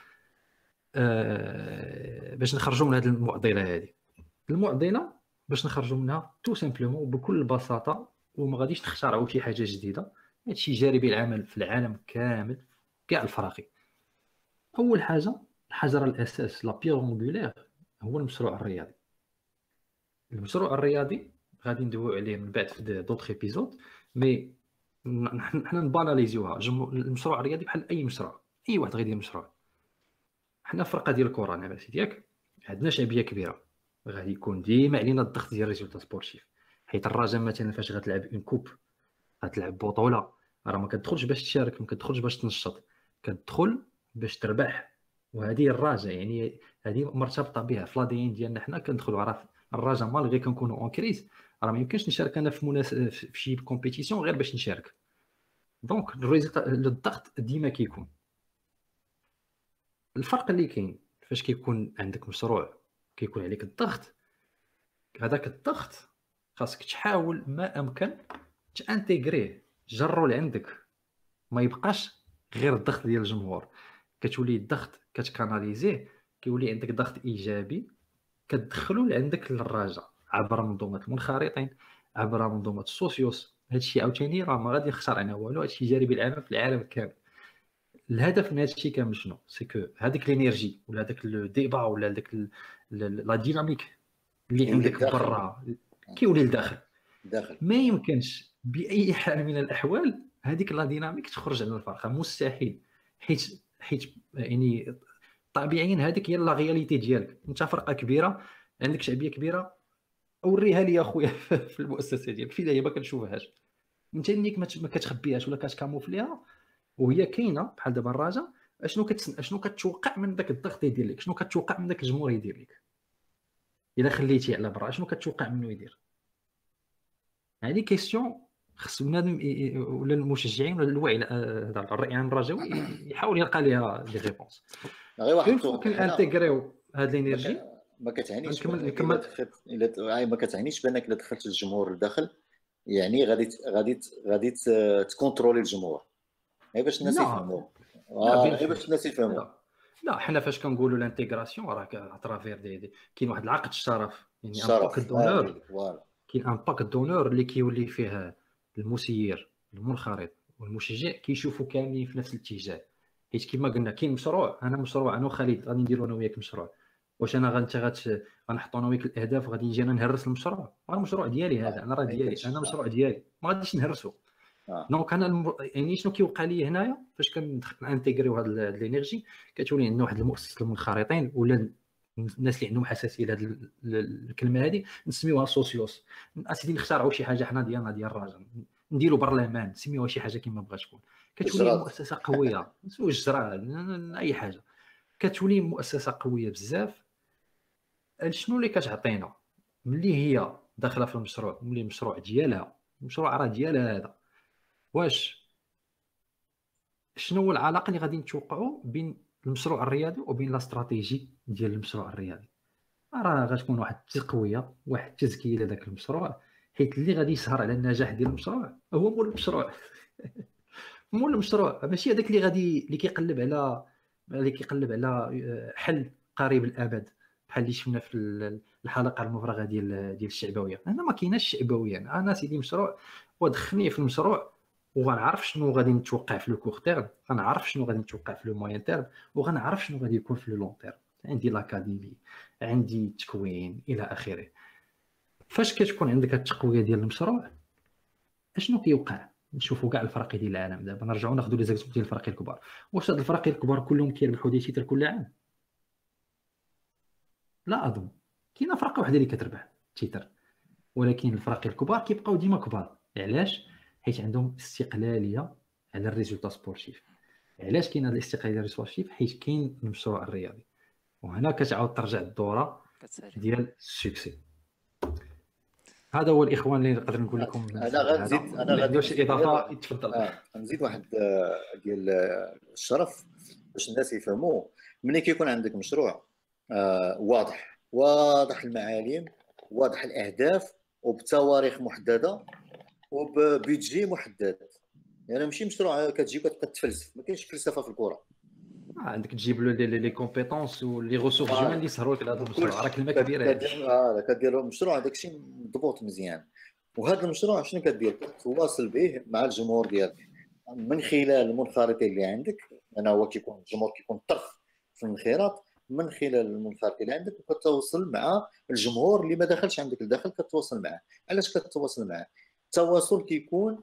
أه باش نخرجوا من هذه المعضله. هذه المعضله باش نخرجوا منها تو سامبلومون بكل بساطه، وما غاديش نخترعوا شي حاجه جديده، هادشي جاربي العمل في العالم كامل كاع الفراقي. اول حاجه الحجر الاساس لا بيغ اونغولير هو المشروع الرياضي. المشروع الرياضي غادي ندويو عليه من بعد في دوطخ ايبيزود، مي حنا نباناليزيوها. المشروع الرياضي بحال اي مشروع، اي واحد غيدير مشروع. حنا فرقه ديال الكره نعرف ياك، عندنا شعبيه كبيره، غادي يكون ديما علينا الضغط ديال ريزولتا سبورتيف. حيت الرجاء مثلا فاش غتلعب اون كوب، غتلعب بطوله، راه ما كتدخلش باش تشارك، ما كتدخلش باش تنشط، كتدخل باش تربح. وهذه الرجاء يعني هذه مرتبطه بها في لادين ديالنا. حنا كندخلوا عارف الرجاء مالغي كنكونوا اون كريز، راه ما يمكنش نشارك انا في مناس... في شي كومبيتيسيون غير باش نشارك. دونك الضغط ديما كيكون. الفرق اللي كاين فاش كيكون عندك مشروع كيكون عليك الضغط، هذاك الضغط خاصك تحاول ما امكن تانتيغريه، جرو لعندك، ما يبقاش غير الضغط ديال الجمهور. كتولي الضغط كتكاناليزيه، كيولي عندك ضغط ايجابي كتدخلوا لعندك للرجاء عبر منظومه المنخرطين، عبر منظومه السوسيوس. هادشي عاوتاني راه ما غادي نخترعنا والو، هادشي جاري بالعالم في العالم كامل. الهدف من هادشي كامل شنو؟ سي كو هذيك الانرجي ولا هذاك الديبا ولا هذاك لا ديناميك اللي عندك برا كيولي لداخل. داخل ما يمكنش باي حال من الاحوال هذيك لا ديناميك تخرج على الفرقه، مستحيل. حيت حيت يعني طبيعيا هذيك هي لا رياليتي ديالك. انت فرقه كبيره عندك شعبيه كبيره، اوريها لي اخويا في المؤسسه ديالك فين هي ما كنشوفهاش. انت انك ما كتخبيهاش ولا كتكاموفليها وهي كاينه بحال دابا الرجاء. اشنو كتسن... اشنو كتوقع من داك الضغط يدير لك؟ شنو كتوقع من داك الجمهور يدير لك الا خليتيه على برا؟ شنو كتوقع منه يدير؟ هذه كيسيون خص بنادم ولا المشجعين ولا الوعي هذا الراي العام الرجوي يحاول يلقى ليها دي ريبونس. غير واحد اون فوا كنانتيغريو هاد لينيرجي ما كتعنيش نكمل الا نكمل دخلت الا ما كتعنيش بانك الا دخلت الجمهور لداخل يعني غادي غادي غادي تكونترولي الجمهور غير باش الناس يفهموا غير باش الناس يفهموا. لا حنا فاش كنقولوا لانتيغراسيون راه اترافير دي, دي كاين واحد العقد الشرف يعني ان باك دونور كاين ان باك دونور اللي كيولي فيه المسير المنخرط والمشجع كيشوفوا كاملين في نفس الاتجاه. حيت كما قلنا كاين مشروع انا مشروع انا وخالد غادي نديرو انا وياك مشروع واش انا غا انت غنحطو انا وياك الاهداف وغادي نجي انا نهرس المشروع راه المشروع ديالي هذا انا راه ديالي انا مشروع ديالي ما غاديش نهرسو. دونك انا الم... يعني شنو كيوقع لي هنايا فاش كندخل انتيغريو هاد الانرجي كتولي عندنا واحد المؤسسه المنخرطين ولا الناس اللي عندهم حساسيه لهاد الكلمه هذه نسميوها سوسيوس. اسيدي نخترعوا شي حاجه حنا ديالنا ديال الراجل نديروا برلمان نسميوها شي حاجه كما بغات تكون كتولي مؤسسه قويه نسميوها الجزره اي حاجه كتولي مؤسسه قويه بزاف. شنو اللي كتعطينا ملي هي داخله في المشروع ملي المشروع ديالها المشروع راه ديالها هذا واش شنو هو العلاقه اللي غادي نتوقعوا بين المشروع الرياضي وبين لا استراتيجي ديال المشروع الرياضي؟ راه غتكون واحد التقويه واحد التزكيه لذاك المشروع حيت اللي غادي يسهر على النجاح ديال المشروع هو مول المشروع مول المشروع ماشي هذاك اللي غادي اللي كيقلب على اللي كيقلب على حل قريب الابد بحال اللي شفنا في الحلقه المفرغه ديال ديال الشعبويه. انا ما كايناش الشعبويه انا سيدي مشروع ودخلني في المشروع وغنعرف شنو غادي نتوقع في لو كور تيرم غنعرف شنو غادي نتوقع في لو موين تيرم وغنعرف شنو غادي يكون في لو لون تيرم. عندي لاكاديمي عندي التكوين الى اخره. فاش كتكون عندك التقويه ديال المشروع اشنو كيوقع؟ نشوفوا كاع الفرق ديال العالم دابا نرجعوا ناخذوا لي زيكزومبل ديال الفرق الكبار. واش هاد الفرق الكبار كلهم كيربحوا دي تيتر كل عام؟ لا اظن كاينه فرقه واحده اللي كتربح تيتر ولكن الفرق الكبار كيبقاو ديما كبار. علاش؟ حيت عندهم استقلاليه على الريزولطا سبورتيف. علاش كاين هذا الاستقلاليه سبورتيف؟ حيت كاين المشروع الرياضي وهنا كتعاود ترجع الدوره ديال السكسي. هذا هو الاخوان اللي نقدر نقول لكم. انا غنزيد انا غادي شي اضافه يتفضل. اه نزيد واحد ديال الشرف باش الناس يفهموا. ملي كيكون عندك مشروع آه واضح واضح المعالم واضح الاهداف وبتواريخ محدده وببيدجي محدد يعني ماشي مشروع كتجي كتبقى تفلسف ما كاينش فلسفه في الكره. عندك تجيب له لي كومبيتونس ولي ريسورس جوان اللي يسهروا لك هذا المشروع راه كلمه كبيره. اه كدير المشروع هذاك الشيء مضبوط مزيان. وهذا المشروع شنو كدير؟ كتواصل به مع الجمهور ديالك من خلال المنخرطين اللي عندك. انا هو كيكون الجمهور كيكون طرف في الانخراط من خلال المنخرطين اللي عندك وكتواصل مع الجمهور اللي ما دخلش عندك لداخل كتواصل معاه. علاش كتواصل معاه؟ التواصل كيكون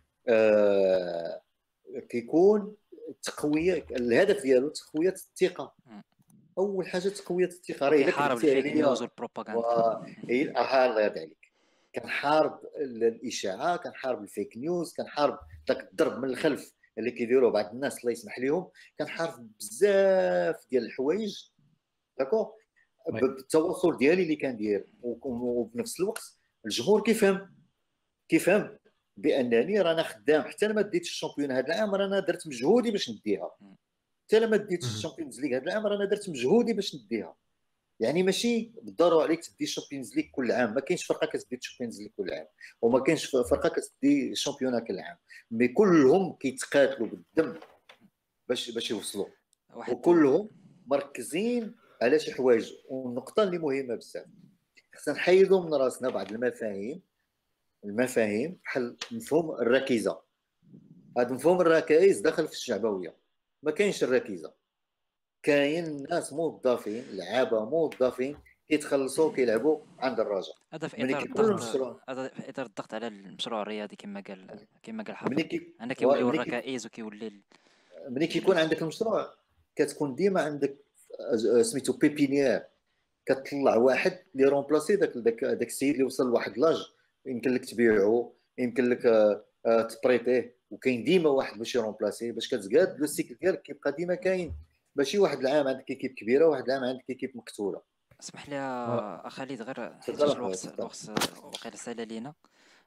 آه كيكون تقويه الهدف ديالو تقويه الثقه. اول حاجه تقويه الثقه راه كيحارب الفيك نيوز والبروباغندا. اي الله يرضي عليك. كنحارب الاشاعه كنحارب الفيك نيوز كنحارب داك الضرب من الخلف اللي كيديروه بعض الناس الله يسمح لهم. كنحارب بزاف ديال الحوايج داكو بالتواصل ديالي اللي كندير وبنفس الوقت الجمهور كيفهم كيفهم بانني رانا خدام حتى ما ديتش الشامبيون هذا العام رانا درت مجهودي باش نديها. حتى ما ديتش الشامبيونز ليغ هذا العام رانا درت مجهودي باش نديها. يعني ماشي بالضروره عليك تدي الشامبيونز ليغ كل عام. ما كاينش فرقه كتدي الشامبيونز ليغ كل عام وما كاينش فرقه كتدي الشامبيون كل عام. مي كلهم كيتقاتلوا بالدم باش باش يوصلوا وكلهم مركزين على شي حوايج. والنقطه اللي مهمه بزاف خصنا نحيدوا من راسنا بعض المفاهيم المفاهيم بحال مفهوم الركيزه. هذا مفهوم الركائز دخل في الشعبويه. ما كاينش الركيزه. كاين ناس موظفين لعابه موظفين كيتخلصوا كيلعبوا عند الرجاء. هذا في اطار الضغط هذا في اطار الضغط على المشروع الرياضي كما قال كما قال حافظ. انا كيوليو الركائز وكيولي ملي كيكون عندك المشروع كتكون ديما عندك سميتو بيبينيير. كتطلع واحد اللي رومبلاسي داك داك داك السيد اللي وصل لواحد لاج يمكن لك تبيعو يمكن لك تبريتيه وكاين ديما واحد باش يرومبلاسي باش كتقاد لو سيكل ديالك كيبقى ديما كاين. ماشي واحد العام عندك كيكيب كبيره واحد العام عندك كيكيب مقتوله. اسمح لي اخ خالد غير حيت الوقت الوقت واقيلا سالا لينا.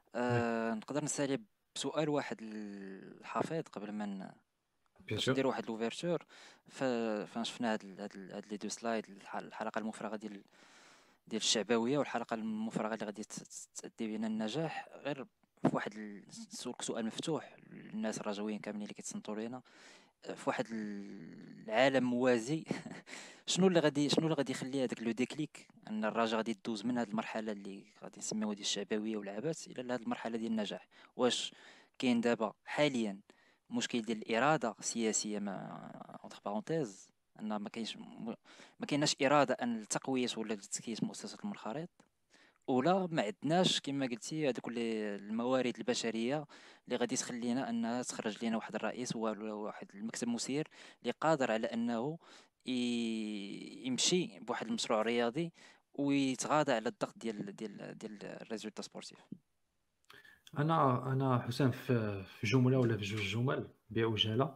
آه نقدر نسالي بسؤال واحد الحفيظ قبل ما ن- بيان باش سور. ندير واحد لوفيرتور. ف فاش شفنا هاد ال- هاد ال- هاد لي دو سلايد، الح- الحلقه المفرغه ديال ديال الشعبويه والحلقه المفرغه اللي غادي ت- ت- تأدي بنا النجاح، غير في واحد ال- نسولك سؤال مفتوح للناس الرجويين كاملين اللي كيتصنتوا لينا، في واحد العالم موازي شنو اللي غادي شنو اللي غادي يخلي هذاك لو ديكليك ان الرجاء غادي تدوز من هذه المرحله اللي غادي نسميوها ديال الشعبويه والعبث الى هذه المرحله ديال النجاح؟ واش كاين دابا حاليا مشكل ديال الاراده السياسيه، ما اونتر بارونتيز، ان ما كاينش م- ما كايناش اراده ان لتقويه ولا لتسكيس مؤسسه المنخرط، ولا ما عندناش كما قلتي هذوك اللي- الموارد البشريه اللي غادي تخلينا انها تخرج لنا واحد الرئيس ولا واحد المكتب مسير اللي قادر على انه ي- يمشي بواحد المشروع رياضي ويتغاضى على الضغط ديال ديال ديال الريزولتا سبورتيف. انا انا حسام في في جمله ولا في جوج جمل بعجاله،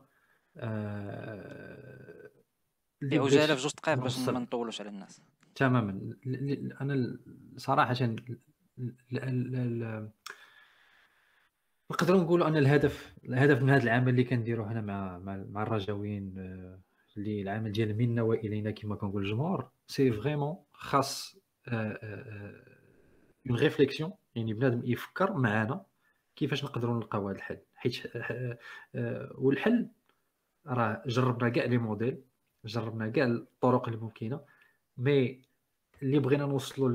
آه، اللي بغيت بعجاله في جوج دقائق باش ما نوصل نطولوش على الناس. تماما. ل- ل- انا ال- صراحه ال- ال- ال- ال- نقدروا نقولوا ان الهدف الهدف من هذا العمل اللي كنديروه هنا مع مع, مع الرجاويين، آه، اللي العمل ديال منا والينا كما كنقول الجمهور، سي فريمون خاص اون ريفليكسيون، يعني بنادم يفكر معنا كيفاش نقدروا نلقاو هذا الحل. حيت آه، آه، والحل راه جربنا كاع لي موديل، جربنا كاع الطرق اللي ممكنه، مي اللي بغينا نوصلوا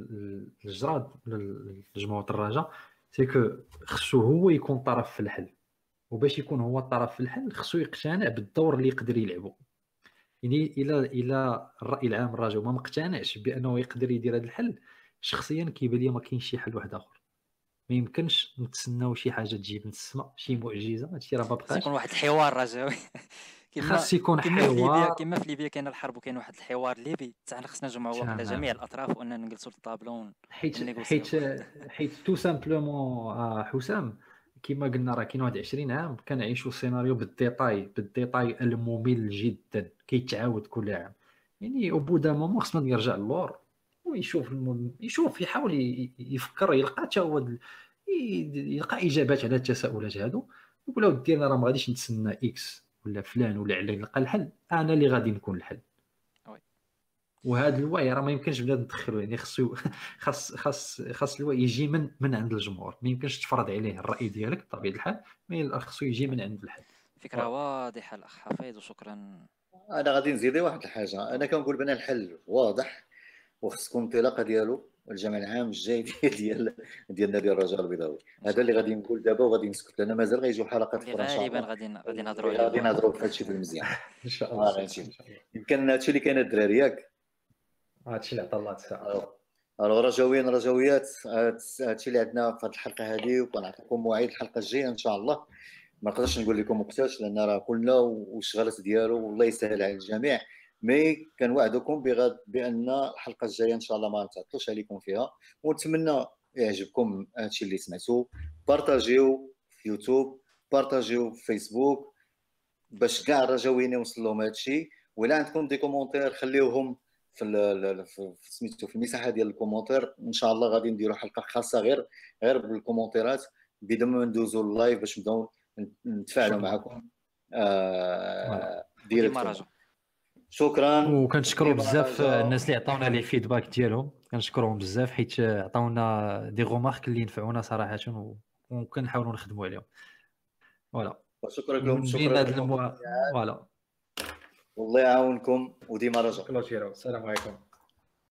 للجراد لجمهور الرجاء سي كو خصو هو يكون طرف في الحل، وباش يكون هو الطرف في الحل خصو يقتنع بالدور اللي يقدر يلعبه. يعني الى الى الراي العام الرجاء ما مقتنعش بانه يقدر يدير هذا الحل، شخصيا كيبان لي ما كاينش شي حل واحد اخر. ما يمكنش نتسناو شي حاجه تجي من السماء، شي معجزه، هادشي راه ما خص بقاش. يكون واحد الحوار رجاوي كما خاص يكون كما في ليبيا حوار كما في ليبيا كاين الحرب وكاين واحد الحوار ليبي، حتى حنا خصنا نجمعوا واقيلا جميع تماما. الاطراف واننا نجلسوا للطابلون حيت ونيغوسيو. حيت حيت تو سامبلومون آه حسام، كما قلنا راه كاين واحد عشرين عام كنعيشوا السيناريو بالديتاي بالديتاي الممل جدا كيتعاود كل عام. يعني او بودا مومون خصنا نرجع للور ويشوف الم... يشوف يحاول ي- يفكر يلقى حتى هو ال- ي- يلقى اجابات على التساؤلات هادو، يقول له ديرنا راه ما غاديش نتسنى اكس ولا فلان ولا علان يلقى الحل، انا اللي غادي نكون الحل. وي. وهذا الوعي راه ما يمكنش بنادم تدخلو، يعني خصو خاص خاص خاص الوعي يجي من من عند الجمهور، ما يمكنش تفرض عليه الراي ديالك بطبيعه الحال، مي خصو يجي من عند الحد. فكره واضحه الاخ حفيظ، وشكرا. انا غادي نزيد واحد الحاجه، انا كنقول بان الحل واضح وخصكم الانطلاقه ديالو الجمع العام الجاي ديال ديال نادي الرجاء البيضاوي. هذا اللي غادي نقول دابا وغادي نسكت، لان مازال غيجيو حلقات اللي اخرى ان شاء غالبا الله غادي غادي نهضروا اللي عليه غادي بوحدنا. نهضروا في هذا الشيء المزيان. ان شاء اه الله غنمشي ان شاء الله. يمكن هادشي اللي كاين الدراري ياك. هادشي اللي عطا الله الساعه. الو رجاويين رجاويات، هادشي اللي عندنا في هذه الحلقه هذه، وكنعطيكم موعد الحلقه الجايه ان شاء الله. ما نقدرش نقول لكم وقتاش لان راه كلنا والشغلات ديالو والله يسهل على الجميع، مي كنوعدكم بغد بان الحلقه الجايه ان شاء الله ما نتعطلوش عليكم فيها، ونتمنى يعجبكم هادشي اللي سمعتوا. بارطاجيو في يوتيوب، بارطاجيو في فيسبوك باش كاع الرجاويين يوصل لهم هادشي. ولا عندكم دي كومونتير خليوهم في ال- في في سميتو في المساحه ديال الكومونتير، ان شاء الله غادي نديروا حلقه خاصه غير غير بالكومونتيرات بدون ما ندوزوا اللايف باش نبداو نتفاعلوا شكراً. معكم آه وديما ديريكتومون. رجاء. شكرا. وكنشكروا ديما بزاف رجاء. الناس اللي عطاونا لي فيدباك ديالهم، كنشكرهم بزاف حيت عطاونا دي غومارك اللي ينفعونا صراحه، و- وكنحاولوا نخدموا عليهم. فوالا شكرا لكم. من بين شكرا هاد لكم الموا... فوالا والله يعاونكم وديما رجاء. كلوتيرو. السلام عليكم.